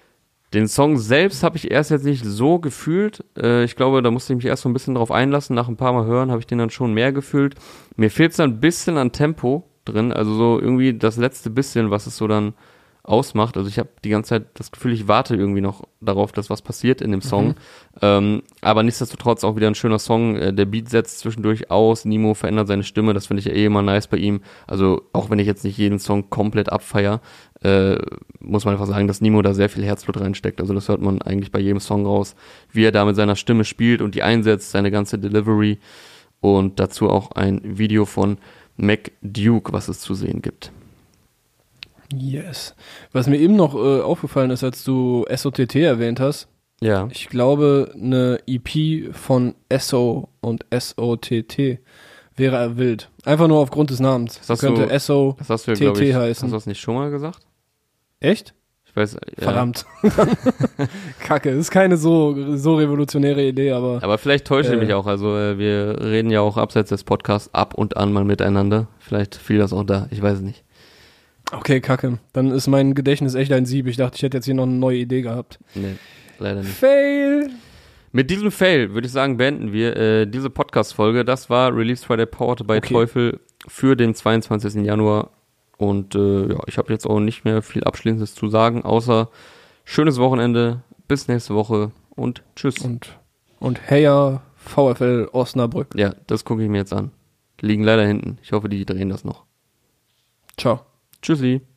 Speaker 1: Den Song selbst habe ich erst jetzt nicht so gefühlt. Äh, ich glaube, da musste ich mich erst so ein bisschen drauf einlassen. Nach ein paar Mal hören habe ich den dann schon mehr gefühlt. Mir fehlt es dann ein bisschen an Tempo drin. Also so irgendwie das letzte bisschen, was es so dann ausmacht. Also ich habe die ganze Zeit das Gefühl, ich warte irgendwie noch darauf, dass was passiert in dem Song.
Speaker 2: Mhm.
Speaker 1: Ähm, aber nichtsdestotrotz auch wieder ein schöner Song. Äh, der Beat setzt zwischendurch aus. Nimo verändert seine Stimme. Das finde ich ja eh immer nice bei ihm. Also auch wenn ich jetzt nicht jeden Song komplett abfeier, äh, muss man einfach sagen, dass Nimo da sehr viel Herzblut reinsteckt. Also das hört man eigentlich bei jedem Song raus, wie er da mit seiner Stimme spielt und die einsetzt, seine ganze Delivery und dazu auch ein Video von Mac Duke, was es zu sehen gibt.
Speaker 2: Yes. Was mir eben noch äh, aufgefallen ist, als du S O T T erwähnt hast,
Speaker 1: Ja.
Speaker 2: ich glaube, eine E P von Esso und S O T T wäre wild. Einfach nur aufgrund des Namens.
Speaker 1: Das hast
Speaker 2: könnte
Speaker 1: du-
Speaker 2: S O
Speaker 1: Das hast du,
Speaker 2: T
Speaker 1: glaube
Speaker 2: T
Speaker 1: ich, hast
Speaker 2: heißen.
Speaker 1: du das nicht schon mal gesagt?
Speaker 2: Echt?
Speaker 1: Ich weiß, ja.
Speaker 2: Verdammt. Kacke, ist keine so, so revolutionäre Idee, aber
Speaker 1: Aber vielleicht täusche ich
Speaker 2: Äh.
Speaker 1: mich auch. Also äh, wir reden ja auch abseits des Podcasts ab und an mal miteinander. Vielleicht fiel das auch da. Ich weiß es nicht.
Speaker 2: okay, Kacke. Dann ist mein Gedächtnis echt ein Sieb. Ich dachte, ich hätte jetzt hier noch eine neue Idee gehabt.
Speaker 1: Nee, leider nicht.
Speaker 2: Fail!
Speaker 1: Mit diesem Fail würde ich sagen, beenden wir äh, diese Podcast-Folge. Das war Release Friday Powered by
Speaker 2: Okay.
Speaker 1: Teufel für den zweiundzwanzigsten Januar. Und äh, ja, ich habe jetzt auch nicht mehr viel Abschließendes zu sagen, außer schönes Wochenende, bis nächste Woche und tschüss.
Speaker 2: Und, und heya VfL Osnabrück.
Speaker 1: Ja, das gucke ich mir jetzt an. Die liegen leider hinten. Ich hoffe, die drehen das noch.
Speaker 2: Ciao.
Speaker 1: Tschüssi.